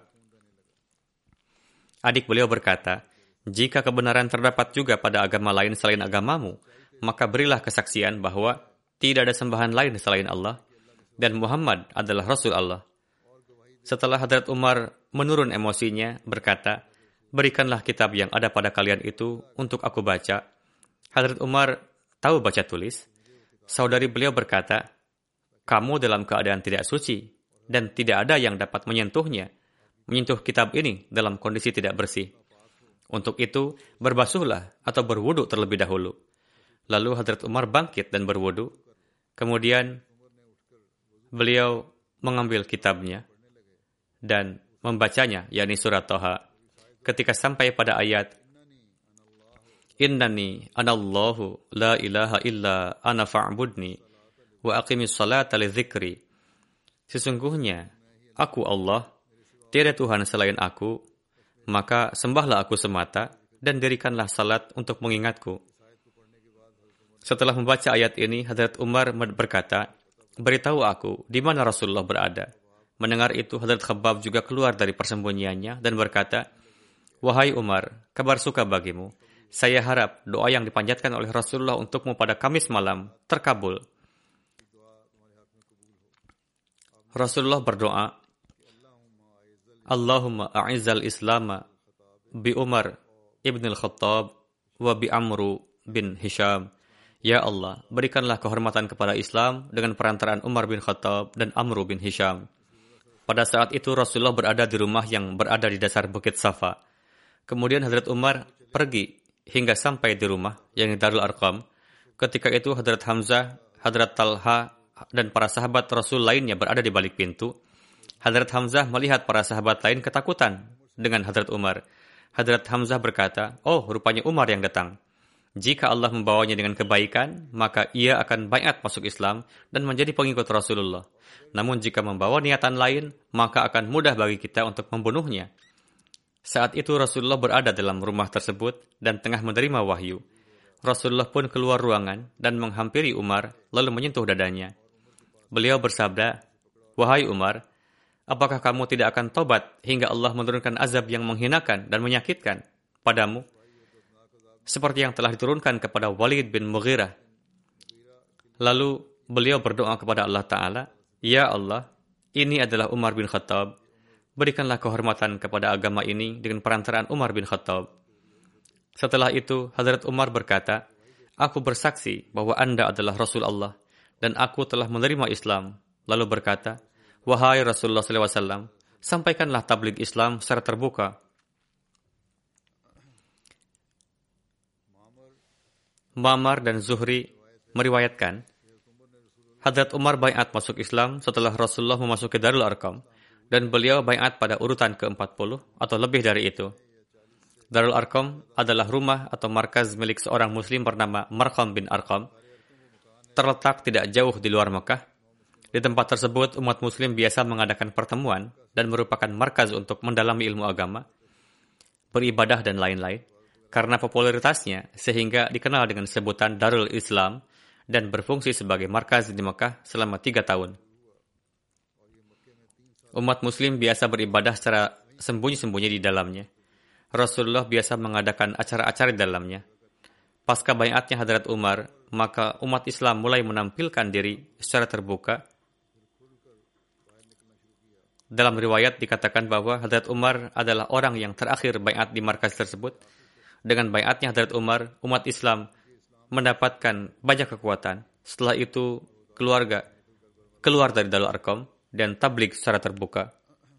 Speaker 2: Adik beliau berkata, "Jika kebenaran terdapat juga pada agama lain selain agamamu, maka berilah kesaksian bahwa tidak ada sembahan lain selain Allah, dan Muhammad adalah Rasul Allah." Setelah Hadrat Umar menurun emosinya, berkata, "Berikanlah kitab yang ada pada kalian itu untuk aku baca." Hadrat Umar tahu baca tulis. Saudari beliau berkata, "Kamu dalam keadaan tidak suci, dan tidak ada yang dapat menyentuhnya. Menyentuh kitab ini dalam kondisi tidak bersih. Untuk itu, berbasuhlah atau berwudu terlebih dahulu." Lalu Hadrat Umar bangkit dan berwudu. Kemudian beliau mengambil kitabnya dan membacanya, yakni surat Toha. Ketika sampai pada ayat, "Innani anallahu la ilaha illa ana fa'budni wa aqimis salata li dzikri." Sesungguhnya, aku Allah, tiada Tuhan selain aku, maka sembahlah aku semata dan dirikanlah salat untuk mengingatku. Setelah membaca ayat ini, Hadrat Umar berkata, "Beritahu aku, di mana Rasulullah berada?" Mendengar itu, Hadrat Khabbab juga keluar dari persembunyiannya dan berkata, "Wahai Umar, kabar suka bagimu. Saya harap doa yang dipanjatkan oleh Rasulullah untukmu pada Kamis malam terkabul." Rasulullah berdoa, "Allahumma a'izzal Islama bi Umar ibn al-Khattab wa bi Amru bin Hisham." Ya Allah, berikanlah kehormatan kepada Islam dengan perantaraan Umar bin Khattab dan Amru bin Hisham. Pada saat itu Rasulullah berada di rumah yang berada di dasar Bukit Safa. Kemudian Hadrat Umar pergi hingga sampai di rumah yang di Darul Arqam. Ketika itu Hadrat Hamzah, Hadrat Talha, dan para sahabat Rasul lainnya berada di balik pintu. Hadrat Hamzah melihat para sahabat lain ketakutan dengan Hadrat Umar. Hadrat Hamzah berkata, "Oh, rupanya Umar yang datang. Jika Allah membawanya dengan kebaikan, maka ia akan baiat masuk Islam dan menjadi pengikut Rasulullah. Namun jika membawa niatan lain, maka akan mudah bagi kita untuk membunuhnya." Saat itu Rasulullah berada dalam rumah tersebut dan tengah menerima wahyu. Rasulullah pun keluar ruangan dan menghampiri Umar, lalu menyentuh dadanya. Beliau bersabda, "Wahai Umar, apakah kamu tidak akan tobat hingga Allah menurunkan azab yang menghinakan dan menyakitkan padamu, seperti yang telah diturunkan kepada Walid bin Mughirah?" Lalu beliau berdoa kepada Allah Ta'ala, "Ya Allah, ini adalah Umar bin Khattab. Berikanlah kehormatan kepada agama ini dengan perantaraan Umar bin Khattab." Setelah itu, Hadrat Umar berkata, "Aku bersaksi bahwa Anda adalah Rasul Allah, dan aku telah menerima Islam." Lalu berkata, "Wahai Rasulullah SAW, sampaikanlah tabligh Islam secara terbuka." Ma'mar dan Zuhri meriwayatkan, Hadrat Umar baiat masuk Islam setelah Rasulullah memasuki Darul Arqam, dan beliau baiat pada urutan ke-40 atau lebih dari itu. Darul Arqam adalah rumah atau markaz milik seorang muslim bernama Marqam bin Arqam. Terletak tidak jauh di luar Mekah. Di tempat tersebut, umat muslim biasa mengadakan pertemuan dan merupakan markaz untuk mendalami ilmu agama, beribadah, dan lain-lain. Karena popularitasnya, sehingga dikenal dengan sebutan Darul Islam dan berfungsi sebagai markaz di Mekah selama 3 tahun. Umat muslim biasa beribadah secara sembunyi-sembunyi di dalamnya. Rasulullah biasa mengadakan acara-acara di dalamnya. Pasca baiatnya Hadrat Umar, maka umat Islam mulai menampilkan diri secara terbuka. Dalam riwayat dikatakan bahwa Hadrat Umar adalah orang yang terakhir baiat di markaz tersebut. Dengan baiatnya Hadrat Umar, umat Islam mendapatkan banyak kekuatan. Setelah itu, keluar dari Darul Arqam dan tabligh secara terbuka.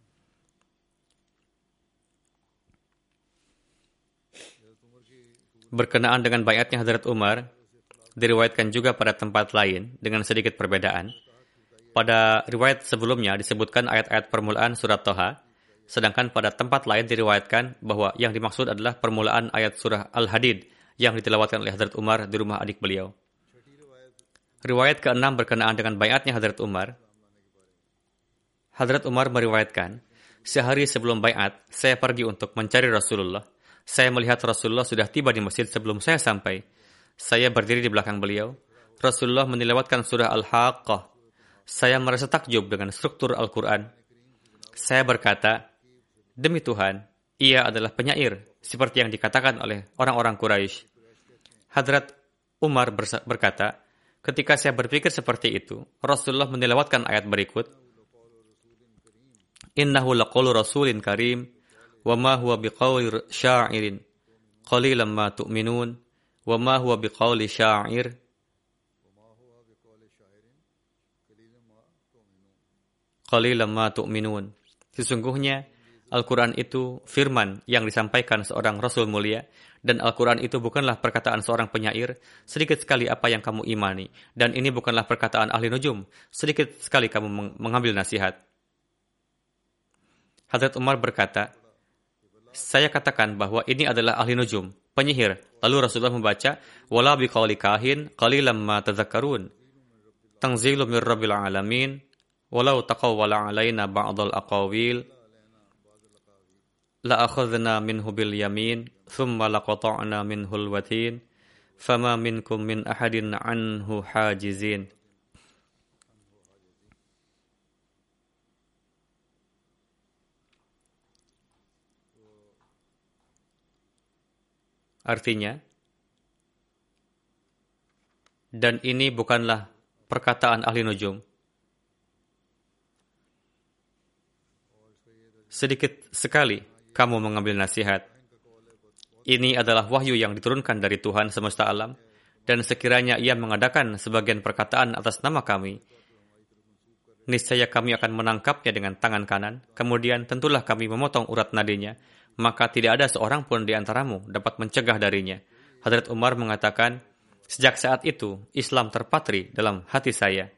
Speaker 2: Berkenaan dengan baiatnya Hadrat Umar, diriwayatkan juga pada tempat lain dengan sedikit perbedaan. Pada riwayat sebelumnya disebutkan ayat-ayat permulaan surat Toha, sedangkan pada tempat lain diriwayatkan bahwa yang dimaksud adalah permulaan ayat surah Al-Hadid yang ditilawatkan oleh Hadrat Umar di rumah adik beliau. Riwayat ke-6 berkenaan dengan baiatnya Hadrat Umar. Hadrat Umar meriwayatkan, "Sehari sebelum baiat, saya pergi untuk mencari Rasulullah. Saya melihat Rasulullah sudah tiba di masjid sebelum saya sampai. Saya berdiri di belakang beliau. Rasulullah menilawatkan surah Al-Haqqah. Saya merasa takjub dengan struktur Al-Quran. Saya berkata, demi Tuhan, ia adalah penyair, seperti yang dikatakan oleh orang-orang Quraisy." Hadrat Umar berkata, ketika saya berpikir seperti itu, Rasulullah menilawatkan ayat berikut, Innahu laqawlu rasulin karim wa ma huwa biqawli sya'irin qalilan ma tu'minun wa ma huwa biqawli sya'ir. Qalilan ma tu'minun. Sesungguhnya Al-Quran itu firman yang disampaikan seorang Rasul mulia, dan Al-Quran itu bukanlah perkataan seorang penyair, sedikit sekali apa yang kamu imani, dan ini bukanlah perkataan ahli nujum, sedikit sekali kamu mengambil nasihat. Hadrat Umar berkata, saya katakan bahwa ini adalah ahli nujum, penyihir. Lalu Rasulullah membaca, wala biqauli kahin qalilan ma tadhakkarun. Tanzilu mir rabbil alamin, walau taqawwala alaina ba'dal aqawil la akhadna minhu bil yamin thumma laqata'na minhul watin fama minkum min ahadin anhu hajizin. Artinya, dan ini bukanlah perkataan ahli nujum. Sedikit sekali kamu mengambil nasihat. Ini adalah wahyu yang diturunkan dari Tuhan semesta alam, dan sekiranya ia mengadakan sebagian perkataan atas nama kami, niscaya kami akan menangkapnya dengan tangan kanan, kemudian tentulah kami memotong urat nadinya, maka tidak ada seorang pun di antaramu dapat mencegah darinya. Hadrat Umar mengatakan, sejak saat itu Islam terpatri dalam hati saya.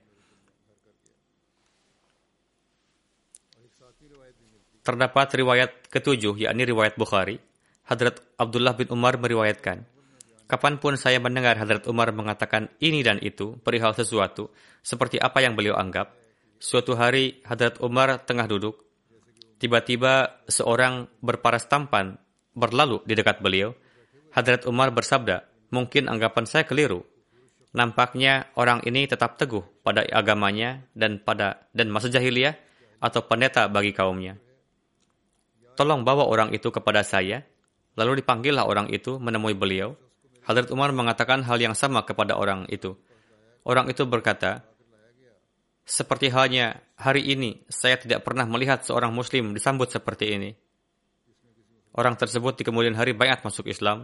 Speaker 2: Terdapat riwayat ketujuh, yakni riwayat Bukhari. Hadrat Abdullah bin Umar meriwayatkan, kapanpun saya mendengar Hadrat Umar mengatakan ini dan itu, perihal sesuatu, seperti apa yang beliau anggap. Suatu hari, Hadrat Umar tengah duduk. Tiba-tiba, seorang berparas tampan berlalu di dekat beliau. Hadrat Umar bersabda, mungkin anggapan saya keliru. Nampaknya orang ini tetap teguh pada agamanya dan masa jahiliyah atau pendeta bagi kaumnya. Tolong bawa orang itu kepada saya. Lalu dipanggillah orang itu menemui beliau. Hadrat Umar mengatakan hal yang sama kepada orang itu. Orang itu berkata, seperti halnya hari ini, saya tidak pernah melihat seorang muslim disambut seperti ini. Orang tersebut di kemudian hari baiat masuk Islam.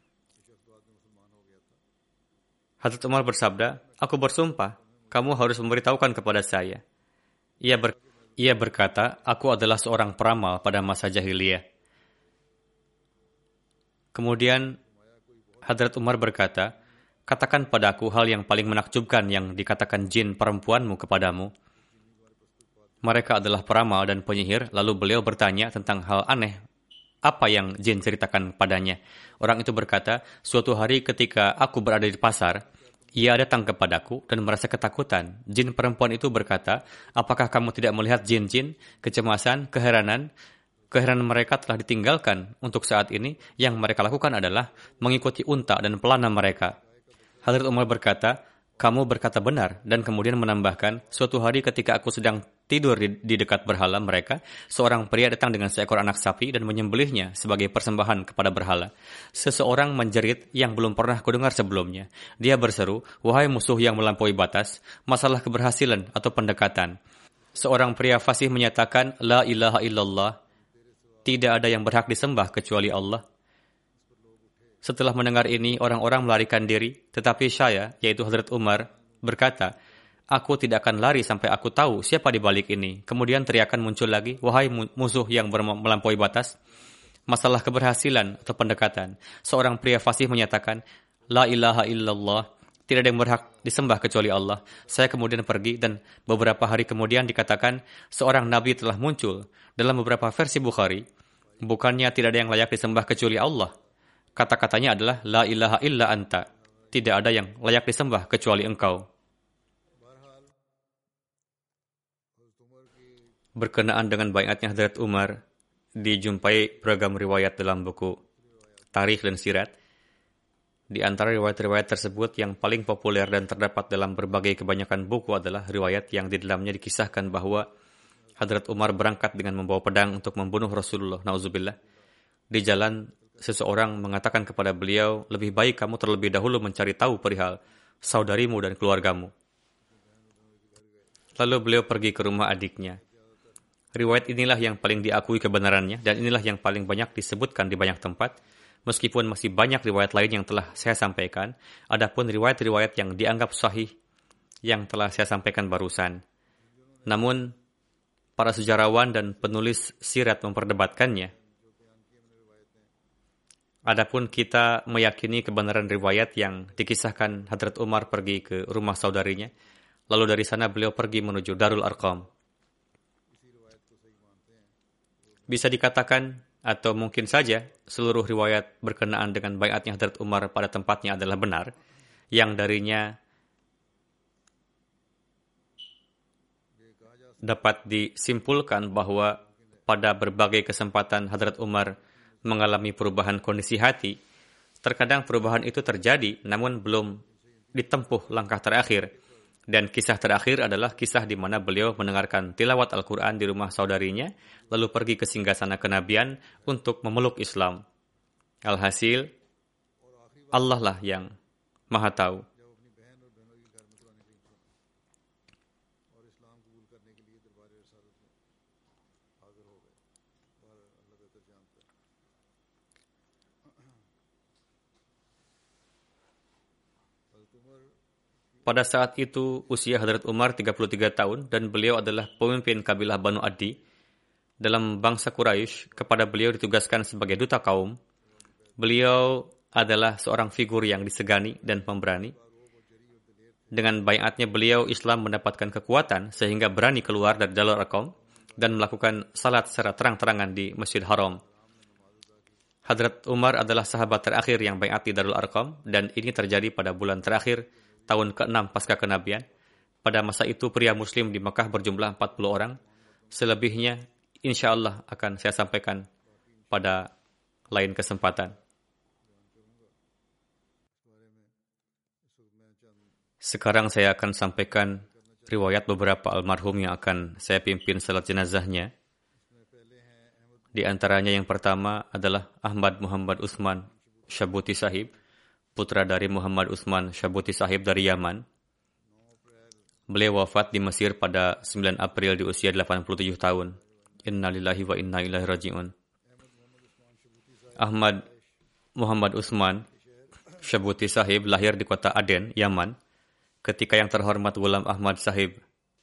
Speaker 2: Hadrat Umar bersabda, aku bersumpah, kamu harus memberitahukan kepada saya. Ia berkata, aku adalah seorang peramal pada masa jahiliyah. Kemudian Hadrat Umar berkata, katakan padaku hal yang paling menakjubkan yang dikatakan jin perempuanmu kepadamu. Mereka adalah peramal dan penyihir, lalu beliau bertanya tentang hal aneh, apa yang jin ceritakan padanya. Orang itu berkata, suatu hari ketika aku berada di pasar, ia datang kepadaku dan merasa ketakutan. Jin perempuan itu berkata, apakah kamu tidak melihat jin-jin, kecemasan, keheranan mereka telah ditinggalkan untuk saat ini. Yang mereka lakukan adalah mengikuti unta dan pelana mereka. Hadrat Umar berkata, kamu berkata benar, dan kemudian menambahkan, suatu hari ketika aku sedang tidur di dekat berhala mereka, seorang pria datang dengan seekor anak sapi dan menyembelihnya sebagai persembahan kepada berhala. Seseorang menjerit yang belum pernah kudengar sebelumnya. Dia berseru, wahai musuh yang melampaui batas, masalah keberhasilan atau pendekatan. Seorang pria fasih menyatakan, la ilaha illallah, tidak ada yang berhak disembah kecuali Allah. Setelah mendengar ini, orang-orang melarikan diri, tetapi saya, yaitu Hadrat Umar, berkata, aku tidak akan lari sampai aku tahu siapa di balik ini. Kemudian teriakan muncul lagi, wahai musuh yang melampaui batas, masalah keberhasilan atau pendekatan. Seorang pria fasih menyatakan, la ilaha illallah, tidak ada yang berhak disembah kecuali Allah. Saya kemudian pergi dan beberapa hari kemudian dikatakan, seorang nabi telah muncul. Dalam beberapa versi Bukhari, bukannya tidak ada yang layak disembah kecuali Allah. Kata-katanya adalah, la ilaha illa anta. Tidak ada yang layak disembah kecuali engkau. Berkenaan dengan baiatnya Hadrat Umar, dijumpai beragam riwayat dalam buku Tarikh dan Sirat. Di antara riwayat-riwayat tersebut yang paling populer dan terdapat dalam berbagai kebanyakan buku adalah riwayat yang di dalamnya dikisahkan bahwa Hadrat Umar berangkat dengan membawa pedang untuk membunuh Rasulullah, na'udzubillah. Di jalan, seseorang mengatakan kepada beliau, lebih baik kamu terlebih dahulu mencari tahu perihal saudarimu dan keluargamu. Lalu beliau pergi ke rumah adiknya. Riwayat inilah yang paling diakui kebenarannya dan inilah yang paling banyak disebutkan di banyak tempat. Meskipun masih banyak riwayat lain yang telah saya sampaikan, adapun riwayat-riwayat yang dianggap sahih yang telah saya sampaikan barusan. Namun, para sejarawan dan penulis sirat memperdebatkannya. Adapun kita meyakini kebenaran riwayat yang dikisahkan Hadrat Umar pergi ke rumah saudarinya, lalu dari sana beliau pergi menuju Darul Arqam. Bisa dikatakan, atau mungkin saja, seluruh riwayat berkenaan dengan baiatnya Hadrat Umar pada tempatnya adalah benar, yang darinya dapat disimpulkan bahwa pada berbagai kesempatan Hadrat Umar mengalami perubahan kondisi hati. Terkadang perubahan itu terjadi, namun belum ditempuh langkah terakhir. Dan kisah terakhir adalah kisah di mana beliau mendengarkan tilawat Al-Quran di rumah saudarinya, lalu pergi ke singgasana kenabian untuk memeluk Islam. Alhasil, Allah lah yang Maha Tahu. Pada saat itu, usia Hadrat Umar 33 tahun dan beliau adalah pemimpin kabilah Banu Adi. Dalam bangsa Quraisy, kepada beliau ditugaskan sebagai duta kaum. Beliau adalah seorang figur yang disegani dan pemberani. Dengan baiatnya beliau, Islam mendapatkan kekuatan sehingga berani keluar dari Darul Arqam dan melakukan salat secara terang-terangan di Masjid Haram. Hadrat Umar adalah sahabat terakhir yang baiat di Darul Arqam dan ini terjadi pada bulan terakhir tahun ke-6 pasca kenabian. Pada masa itu pria muslim di Mekah berjumlah 40 orang. Selebihnya insya Allah akan saya sampaikan pada lain kesempatan. Sekarang saya akan sampaikan riwayat beberapa almarhum yang akan saya pimpin salat jenazahnya. Di antaranya yang pertama adalah Ahmad Muhammad Utsman Syabuti Sahib, putra dari Muhammad Utsman Syabuti Sahib dari Yaman. Beliau wafat di Mesir pada 9 April di usia 87 tahun. Innalillahi wa inna ilaihi raji'un. Ahmad Muhammad Utsman Syabuti Sahib lahir di kota Aden, Yaman. Ketika yang terhormat Ghulam Ahmad Sahib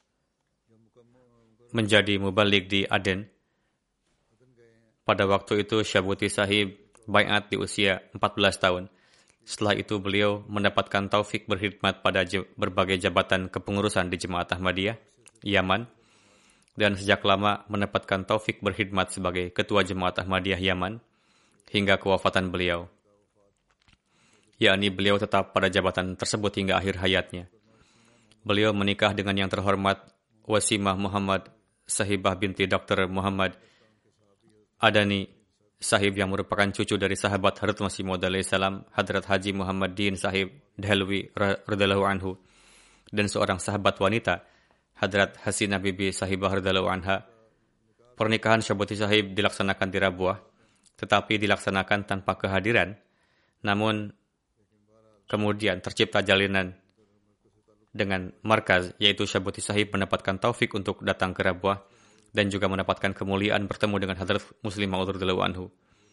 Speaker 2: menjadi mubalik di Aden. Pada waktu itu Syabuti Sahib baiat di usia 14 tahun. Setelah itu beliau mendapatkan taufik berkhidmat pada berbagai jabatan kepengurusan di Jemaat Ahmadiyah, Yaman, dan sejak lama mendapatkan taufik berkhidmat sebagai Ketua Jemaat Ahmadiyah Yaman hingga kewafatan beliau. Yakni beliau tetap pada jabatan tersebut hingga akhir hayatnya. Beliau menikah dengan yang terhormat Wasimah Muhammad Sahibah binti Dr. Muhammad Adani Sahib yang merupakan cucu dari sahabat Hadrat Masih Maud alaihissalam, Hadrat Haji Muhammad Din Sahib Dehelwi radhiyallahu anhu, dan seorang sahabat wanita, Hadrat Hasinah Bibi Sahibah radhiyallahu anha. Pernikahan Syabuti Sahib dilaksanakan di Rabuah, tetapi dilaksanakan tanpa kehadiran. Namun kemudian tercipta jalinan dengan markaz, yaitu Syabuti Sahib mendapatkan taufik untuk datang ke Rabuah dan juga mendapatkan kemuliaan bertemu dengan Hadrat Muslim Maud radhiyallahu anhu.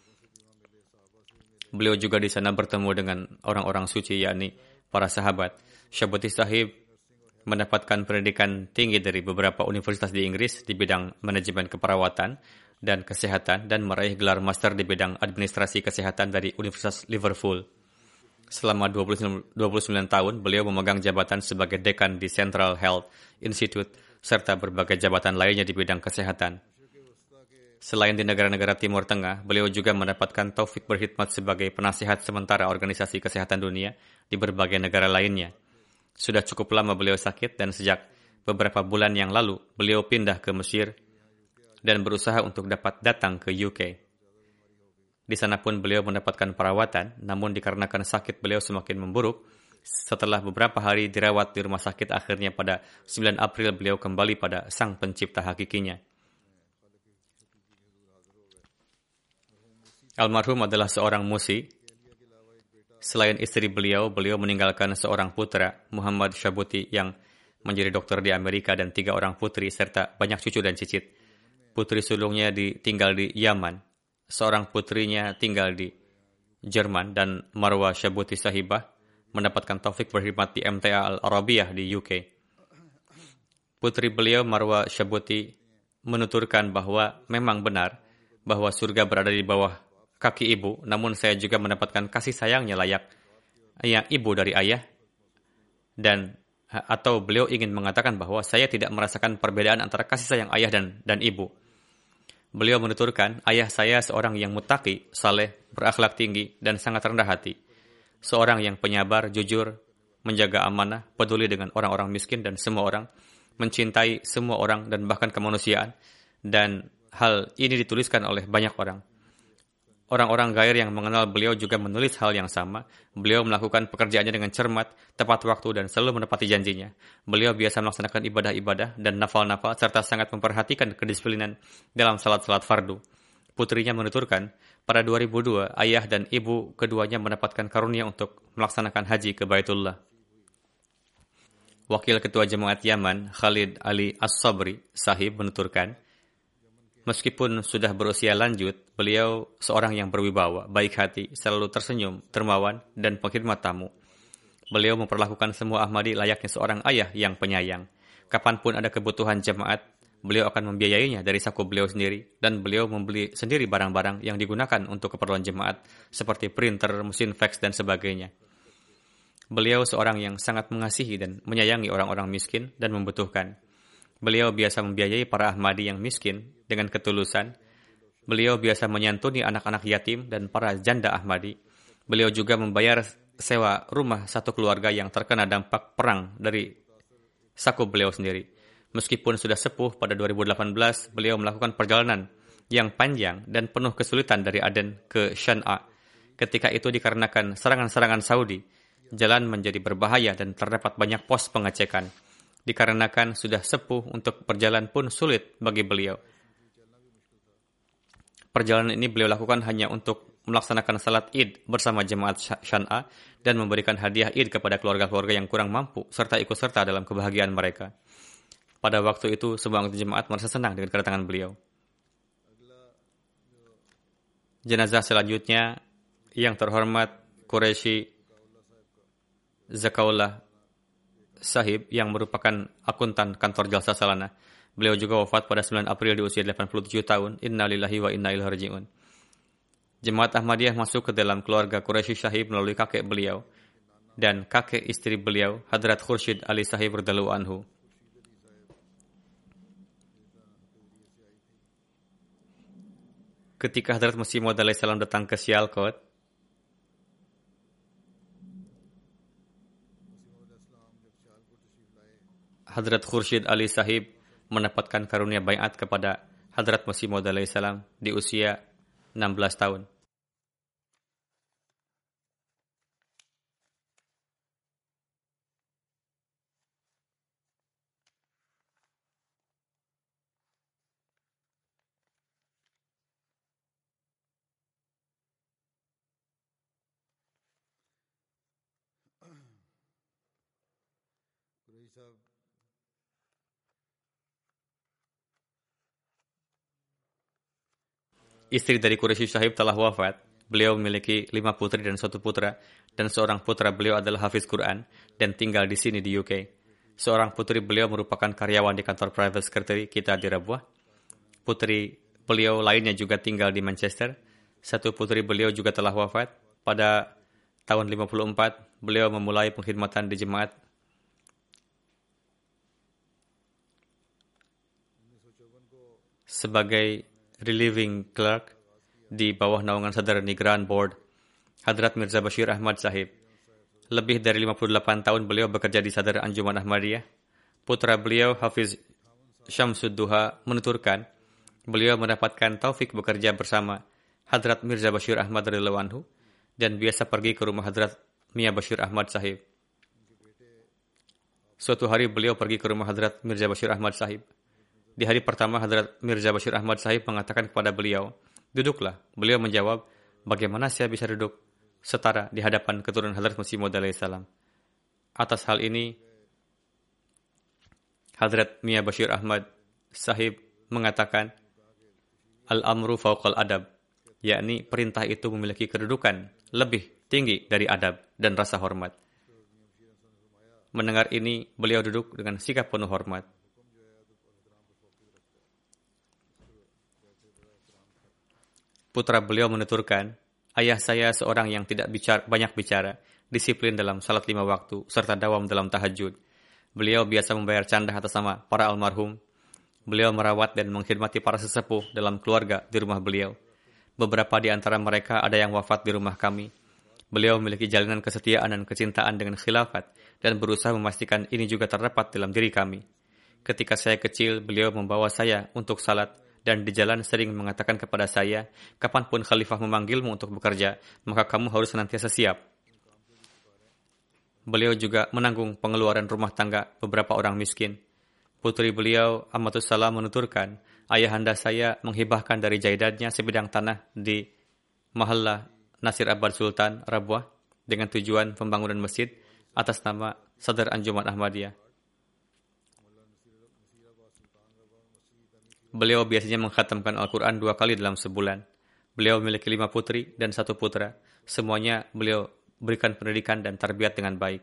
Speaker 2: Beliau juga di sana bertemu dengan orang-orang suci, yakni para sahabat. Syabuti Sahib mendapatkan pendidikan tinggi dari beberapa universitas di Inggris di bidang manajemen keperawatan dan kesehatan dan meraih gelar master di bidang administrasi kesehatan dari Universitas Liverpool. Selama 29 tahun, beliau memegang jabatan sebagai dekan di Central Health Institute serta berbagai jabatan lainnya di bidang kesehatan. Selain di negara-negara Timur Tengah, beliau juga mendapatkan taufik berkhidmat sebagai penasihat sementara Organisasi Kesehatan Dunia di berbagai negara lainnya. Sudah cukup lama beliau sakit dan sejak beberapa bulan yang lalu, beliau pindah ke Mesir dan berusaha untuk dapat datang ke UK. Di sana pun beliau mendapatkan perawatan, namun dikarenakan sakit beliau semakin memburuk, setelah beberapa hari dirawat di rumah sakit, akhirnya pada 9 April beliau kembali pada Sang Pencipta hakikinya. Almarhum adalah seorang musi. Selain istri beliau meninggalkan seorang putra, Muhammad Syabuti, yang menjadi dokter di Amerika dan 3 orang putri serta banyak cucu dan cicit. Putri sulungnya tinggal di Yaman. Seorang putrinya tinggal di Jerman dan Marwa Syabuti Sahibah mendapatkan taufik berkhidmat di MTA Al-Arabiyah di UK. Putri beliau Marwa Syabuti menuturkan bahwa memang benar bahwa surga berada di bawah kaki ibu, namun saya juga mendapatkan kasih sayangnya layak yang ibu dari ayah, dan atau beliau ingin mengatakan bahwa saya tidak merasakan perbedaan antara kasih sayang ayah dan ibu. Beliau menuturkan, ayah saya seorang yang muttaqi, saleh, berakhlak tinggi, dan sangat rendah hati. Seorang yang penyabar, jujur, menjaga amanah, peduli dengan orang-orang miskin dan semua orang, mencintai semua orang dan bahkan kemanusiaan, dan hal ini dituliskan oleh banyak orang. Orang-orang gair yang mengenal beliau juga menulis hal yang sama. Beliau melakukan pekerjaannya dengan cermat, tepat waktu, dan selalu menepati janjinya. Beliau biasa melaksanakan ibadah-ibadah dan nafal-nafal, serta sangat memperhatikan kedisiplinan dalam salat-salat fardu. Putrinya menuturkan, pada 2002, ayah dan ibu keduanya mendapatkan karunia untuk melaksanakan haji ke Baitullah. Wakil Ketua Jemaat Yaman, Khalid Ali As-Sabri, Sahib, menuturkan, meskipun sudah berusia lanjut, beliau seorang yang berwibawa, baik hati, selalu tersenyum, dermawan, dan pengkhidmat tamu. Beliau memperlakukan semua Ahmadi layaknya seorang ayah yang penyayang. Kapanpun ada kebutuhan jemaat, beliau akan membiayainya dari saku beliau sendiri, dan beliau membeli sendiri barang-barang yang digunakan untuk keperluan jemaat, seperti printer, mesin fax, dan sebagainya. Beliau seorang yang sangat mengasihi dan menyayangi orang-orang miskin dan membutuhkan. Beliau biasa membiayai para Ahmadi yang miskin dengan ketulusan. Beliau biasa menyantuni anak-anak yatim dan para janda Ahmadi. Beliau juga membayar sewa rumah satu keluarga yang terkena dampak perang dari saku beliau sendiri. Meskipun sudah sepuh, pada 2018 beliau melakukan perjalanan yang panjang dan penuh kesulitan dari Aden ke Shan'a. Ketika itu dikarenakan serangan-serangan Saudi, jalan menjadi berbahaya dan terdapat banyak pos pengecekan. Dikarenakan sudah sepuh, untuk berjalan pun sulit bagi beliau. Perjalanan ini beliau lakukan hanya untuk melaksanakan salat Id bersama jemaat Shan'a dan memberikan hadiah Id kepada keluarga-keluarga yang kurang mampu serta ikut serta dalam kebahagiaan mereka. Pada waktu itu, semua anggota jemaat merasa senang dengan kedatangan beliau. Jenazah selanjutnya, yang terhormat Qureshi Zakaullah Sahib, yang merupakan akuntan kantor Jalsa Salana. Beliau juga wafat pada 9 April di usia 87 tahun. Inna lillahi wa inna ilaihi raji'un. Jemaat Ahmadiyah masuk ke dalam keluarga Quraisy Sahib melalui kakek beliau dan kakek istri beliau, Hadrat Khurshid Ali Sahib radhiyallahu anhu. Ketika Hadrat Masih Maud alaihi salam datang ke Sialkot, Hadrat Khurshid Ali Sahib mendapatkan karunia baiat kepada Hadrat Masih Maud alaihi salam di usia 16 tahun. Istri dari Quraisy Sahib telah wafat. Beliau memiliki 5 putri dan 1 putra, dan seorang putra beliau adalah hafiz Quran dan tinggal di sini di UK. Seorang putri beliau merupakan karyawan di kantor private secretary kita di Rabuah. Putri beliau lainnya juga tinggal di Manchester. 1 putri beliau juga telah wafat. Pada tahun 54, beliau memulai pengkhidmatan di jemaat. Sebagai relieving clerk di bawah naungan Sadar Nigran Board, Hadrat Mirza Bashir Ahmad Sahib. Lebih dari 58 tahun beliau bekerja di Sadar Anjuman Ahmadiyah. Putra beliau, Hafiz Syamsudduha, menuturkan, beliau mendapatkan taufik bekerja bersama Hadrat Mirza Bashir Ahmad radhiyallahu anhu dan biasa pergi ke rumah Hadrat Mia Bashir Ahmad Sahib. Suatu hari beliau pergi ke rumah Hadrat Mirza Bashir Ahmad Sahib. Di hari pertama, Hadrat Mirza Bashir Ahmad Sahib mengatakan kepada beliau, "Duduklah." Beliau menjawab, "Bagaimana saya bisa duduk setara di hadapan keturunan Hadrat Masih Maud alaihi salam?" Atas hal ini, Hadrat Mia Bashir Ahmad Sahib mengatakan, al-amru fauqal adab, yakni perintah itu memiliki kedudukan lebih tinggi dari adab dan rasa hormat. Mendengar ini, beliau duduk dengan sikap penuh hormat. Putra beliau menuturkan, ayah saya seorang yang tidak banyak bicara, disiplin dalam salat 5 waktu, serta dawam dalam tahajud. Beliau biasa membayar candah atas nama para almarhum. Beliau merawat dan mengkhidmati para sesepuh dalam keluarga di rumah beliau. Beberapa di antara mereka ada yang wafat di rumah kami. Beliau memiliki jalinan kesetiaan dan kecintaan dengan khilafat dan berusaha memastikan ini juga terdapat dalam diri kami. Ketika saya kecil, beliau membawa saya untuk salat dan di jalan sering mengatakan kepada saya, kapanpun khalifah memanggilmu untuk bekerja, maka kamu harus senantiasa siap. Beliau juga menanggung pengeluaran rumah tangga beberapa orang miskin. Putri beliau, Ammatus Salam, menuturkan, ayahanda saya menghibahkan dari jahidatnya sebidang tanah di Mahalla Nasir Abad Sultan, Rabuah, dengan tujuan pembangunan masjid atas nama Sadar Anjuman Ahmadiyah. Beliau biasanya mengkhatamkan Al-Quran 2 kali dalam sebulan. Beliau memiliki 5 putri dan 1 putra. Semuanya beliau berikan pendidikan dan tarbiyat dengan baik.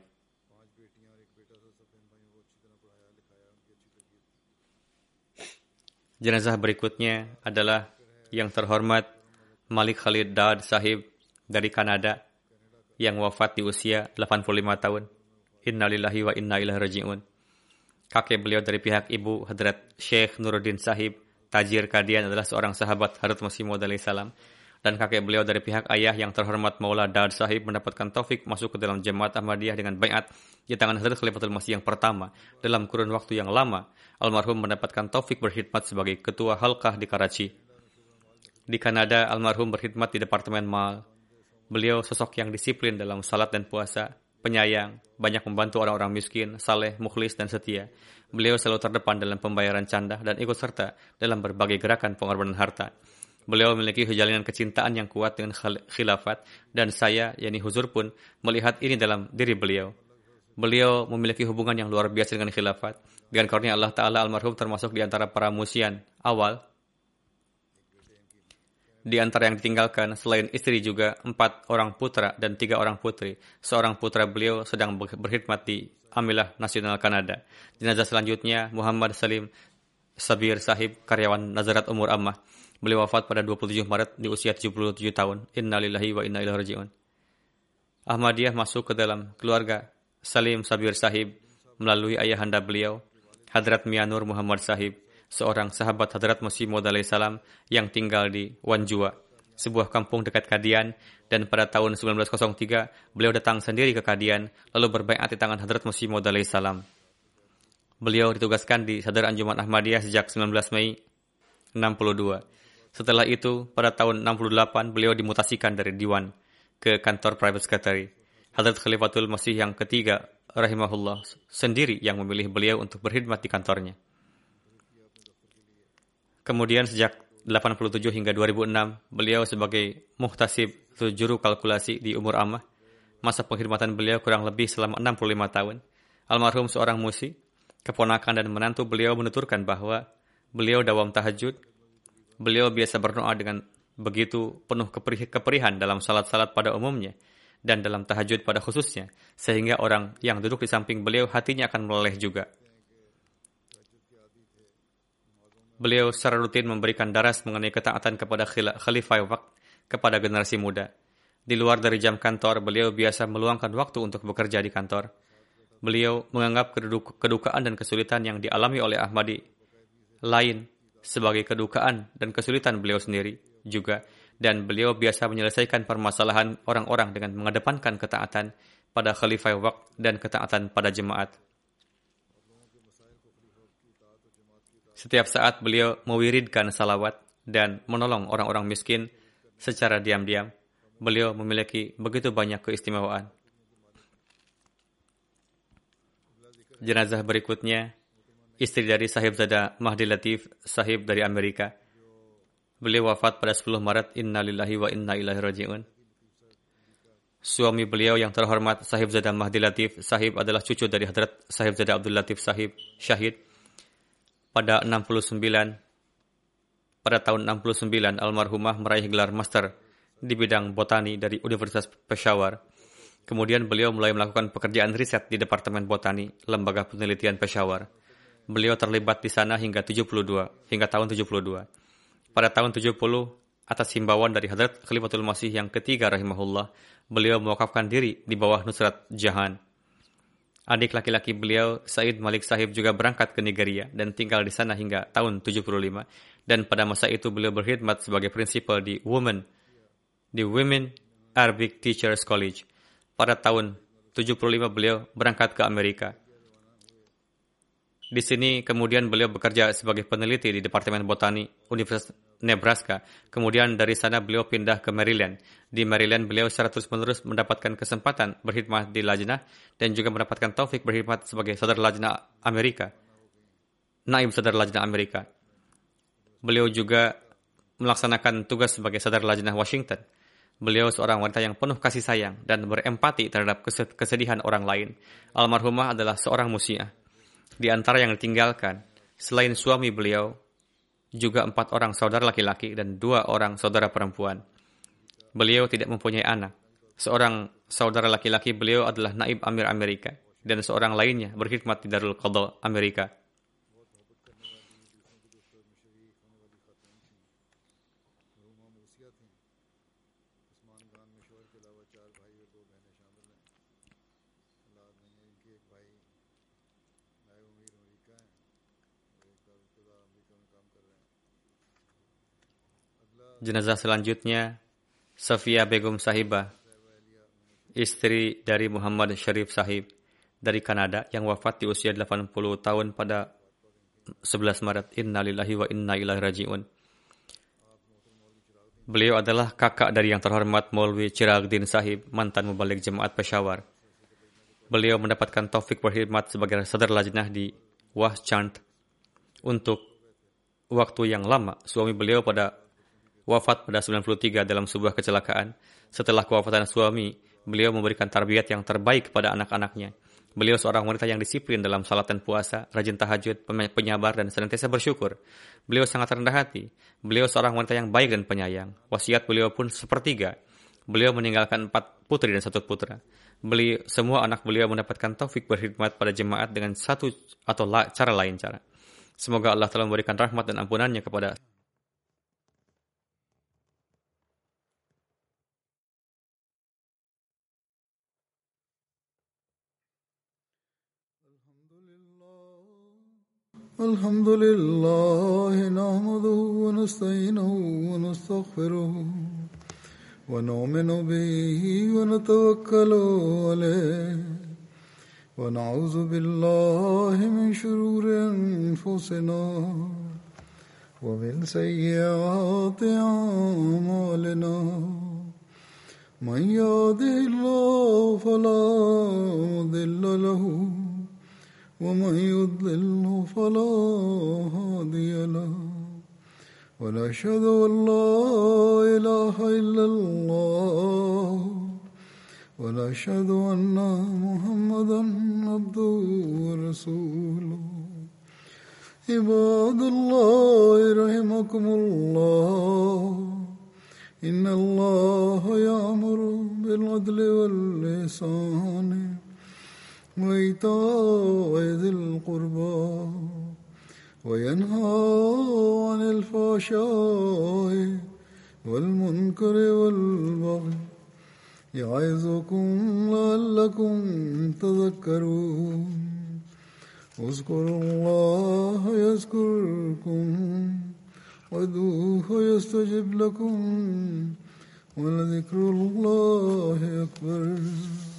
Speaker 2: Jenazah berikutnya adalah yang terhormat Malik Khalid Daud Sahib dari Kanada yang wafat di usia 85 tahun. Innalillahi wa inna ilaihi raji'un. Kakek beliau dari pihak ibu, Hadrat Syekh Nuruddin Sahib Tajir Kadian, adalah seorang sahabat Hadrat Masih Maud alaihi salam. Dan kakek beliau dari pihak ayah yang terhormat Maula Daud Sahib mendapatkan taufik masuk ke dalam jemaat Ahmadiyah dengan baiat di tangan Hadrat Khalifatul Masih yang pertama. Dalam kurun waktu yang lama, almarhum mendapatkan taufik berkhidmat sebagai ketua halqah di Karachi. Di Kanada, almarhum berkhidmat di Departemen Mal. Beliau sosok yang disiplin dalam salat dan puasa, penyayang, banyak membantu orang-orang miskin, saleh, mukhlis, dan setia. Beliau selalu terdepan dalam pembayaran candah dan ikut serta dalam berbagai gerakan pengorbanan harta. Beliau memiliki jalinan kecintaan yang kuat dengan khilafat, dan saya, yakni Huzur, pun melihat ini dalam diri beliau. Beliau memiliki hubungan yang luar biasa dengan khilafat. Dengan karunia Allah Ta'ala, almarhum termasuk di antara para musian awal. Di antara yang ditinggalkan, selain istri juga 4 orang putra dan 3 orang putri. Seorang putra beliau sedang berkhidmat di Amilah Nasional Kanada. Jenazah selanjutnya, Muhammad Salim Sabir Sahib, karyawan Nazarat Umur Ammah. Beliau wafat pada 27 Maret di usia 77 tahun. Innalillahi wa inna ilaihi raji'un. Ahmadiyah masuk ke dalam keluarga Salim Sabir Sahib melalui ayahanda beliau, Hadrat Mianur Muhammad Sahib, seorang sahabat Hadrat Masih Maud alaihi salam yang tinggal di Wanjua, sebuah kampung dekat Kadian, dan pada tahun 1903 beliau datang sendiri ke Kadian lalu berbaiat di tangan Hadrat Masih Maud alaihi salam. Beliau ditugaskan di Sadar Anjuman Ahmadiyah sejak 19 Mei 62. Setelah itu, pada tahun 68 beliau dimutasikan dari Diwan ke kantor Private Secretary. Hadrat Khalifatul Masih yang ketiga, rahimahullah, sendiri yang memilih beliau untuk berkhidmat di kantornya. Kemudian sejak 87 hingga 2006, beliau sebagai muhtasib juru kalkulasi di Umur Ammah. Masa penghidmatan beliau kurang lebih selama 65 tahun. Almarhum seorang musi, keponakan dan menantu beliau menuturkan bahwa beliau dawam tahajud. Beliau biasa berdoa dengan begitu penuh keperihan dalam salat-salat pada umumnya dan dalam tahajud pada khususnya, sehingga orang yang duduk di samping beliau hatinya akan meleleh juga. Beliau secara rutin memberikan daras mengenai ketaatan kepada khalifah waqt kepada generasi muda. Di luar dari jam kantor, beliau biasa meluangkan waktu untuk bekerja di kantor. Beliau menganggap kedukaan dan kesulitan yang dialami oleh Ahmadi lain sebagai kedukaan dan kesulitan beliau sendiri juga, dan beliau biasa menyelesaikan permasalahan orang-orang dengan mengedepankan ketaatan pada khalifah waqt dan ketaatan pada jemaat. Setiap saat beliau mewiridkan salawat dan menolong orang-orang miskin secara diam-diam. Beliau memiliki begitu banyak keistimewaan. Jenazah berikutnya, istri dari Sahibzada Mahdi Latif Sahib dari Amerika. Beliau wafat pada 10 Maret. Innalillahi wa inna ilaihi raji'un. Suami beliau yang terhormat Sahibzada Mahdi Latif Sahib adalah cucu dari Hadrat Sahibzada Abdul Latif Sahib Syahid. Pada Pada tahun 69, almarhumah meraih gelar master di bidang botani dari Universitas Peshawar. Kemudian beliau mulai melakukan pekerjaan riset di Departemen Botani, Lembaga Penelitian Peshawar. Beliau terlibat di sana hingga tahun 72. Pada tahun 70, atas himbauan dari Hadrat Khalifatul Masih yang ketiga rahimahullah, beliau mewakafkan diri di bawah Nusrat Jahan. Adik laki-laki beliau, Said Malik Sahib, juga berangkat ke Nigeria dan tinggal di sana hingga tahun 75. Dan pada masa itu beliau berkhidmat sebagai prinsipal di Women Arabic Teachers College. Pada tahun 75 beliau berangkat ke Amerika. Di sini kemudian beliau bekerja sebagai peneliti di Departemen Botani Universitas Nebraska. Kemudian dari sana beliau pindah ke Maryland. Di Maryland beliau secara terus-menerus mendapatkan kesempatan berkhidmat di Lajnah dan juga mendapatkan taufik berkhidmat sebagai Sadar Lajnah Amerika, Naib Sadar Lajnah Amerika. Beliau juga melaksanakan tugas sebagai Sadar Lajnah Washington. Beliau seorang wanita yang penuh kasih sayang dan berempati terhadap kesedihan orang lain. Almarhumah adalah seorang musiah. Di antara yang ditinggalkan, selain suami beliau, juga 4 orang saudara laki-laki dan 2 orang saudara perempuan. Beliau tidak mempunyai anak. Seorang saudara laki-laki beliau adalah Naib Amir Amerika dan seorang lainnya berkhidmat di Darul Qadha Amerika. Jenazah selanjutnya, Safia Begum Sahibah, istri dari Muhammad Sharif Sahib dari Kanada yang wafat di usia 80 tahun pada 11 Maret. Inna lillahi wa inna ilaihi raji'un. Beliau adalah kakak dari yang terhormat Maulwi Chiragdin Sahib, mantan mubalik jemaat Peshawar. Beliau mendapatkan taufik berkhidmat sebagai Sadar Lajnah di Washchant untuk waktu yang lama. Suami beliau wafat pada 93 dalam sebuah kecelakaan. Setelah kewafatan suami, beliau memberikan tarbiyat yang terbaik kepada anak-anaknya. Beliau seorang wanita yang disiplin dalam salat dan puasa, rajin tahajud, penyabar, dan senantiasa bersyukur. Beliau sangat rendah hati. Beliau seorang wanita yang baik dan penyayang. Wasiat beliau pun sepertiga. Beliau meninggalkan 4 putri dan 1 putra. Semua anak beliau mendapatkan taufik berkhidmat pada jemaat dengan satu atau cara lain cara. Semoga Allah telah memberikan rahmat dan ampunannya kepada
Speaker 1: الحمد لله نحمده ونستعينه ونستغفره ونؤمن به ونتوكل عليه ونعوذ بالله من شرور أنفسنا ومن سيئات أعمالنا من يهده الله فلا مضل له ومن يضلل فلا هادي له ونشهد أن لا إله إلا الله ونشهد أن محمدا عبده ورسوله عباد الله رحمكم الله إن الله يأمر بالعدل والإحسان وإيتاء ذي القربى وينهى عن الفحشاء والمنكر والبغي يعظكم لعلكم تذكرون اذكروا الله يذكركم وادعوه يستجب لكم ولذكر الله أكبر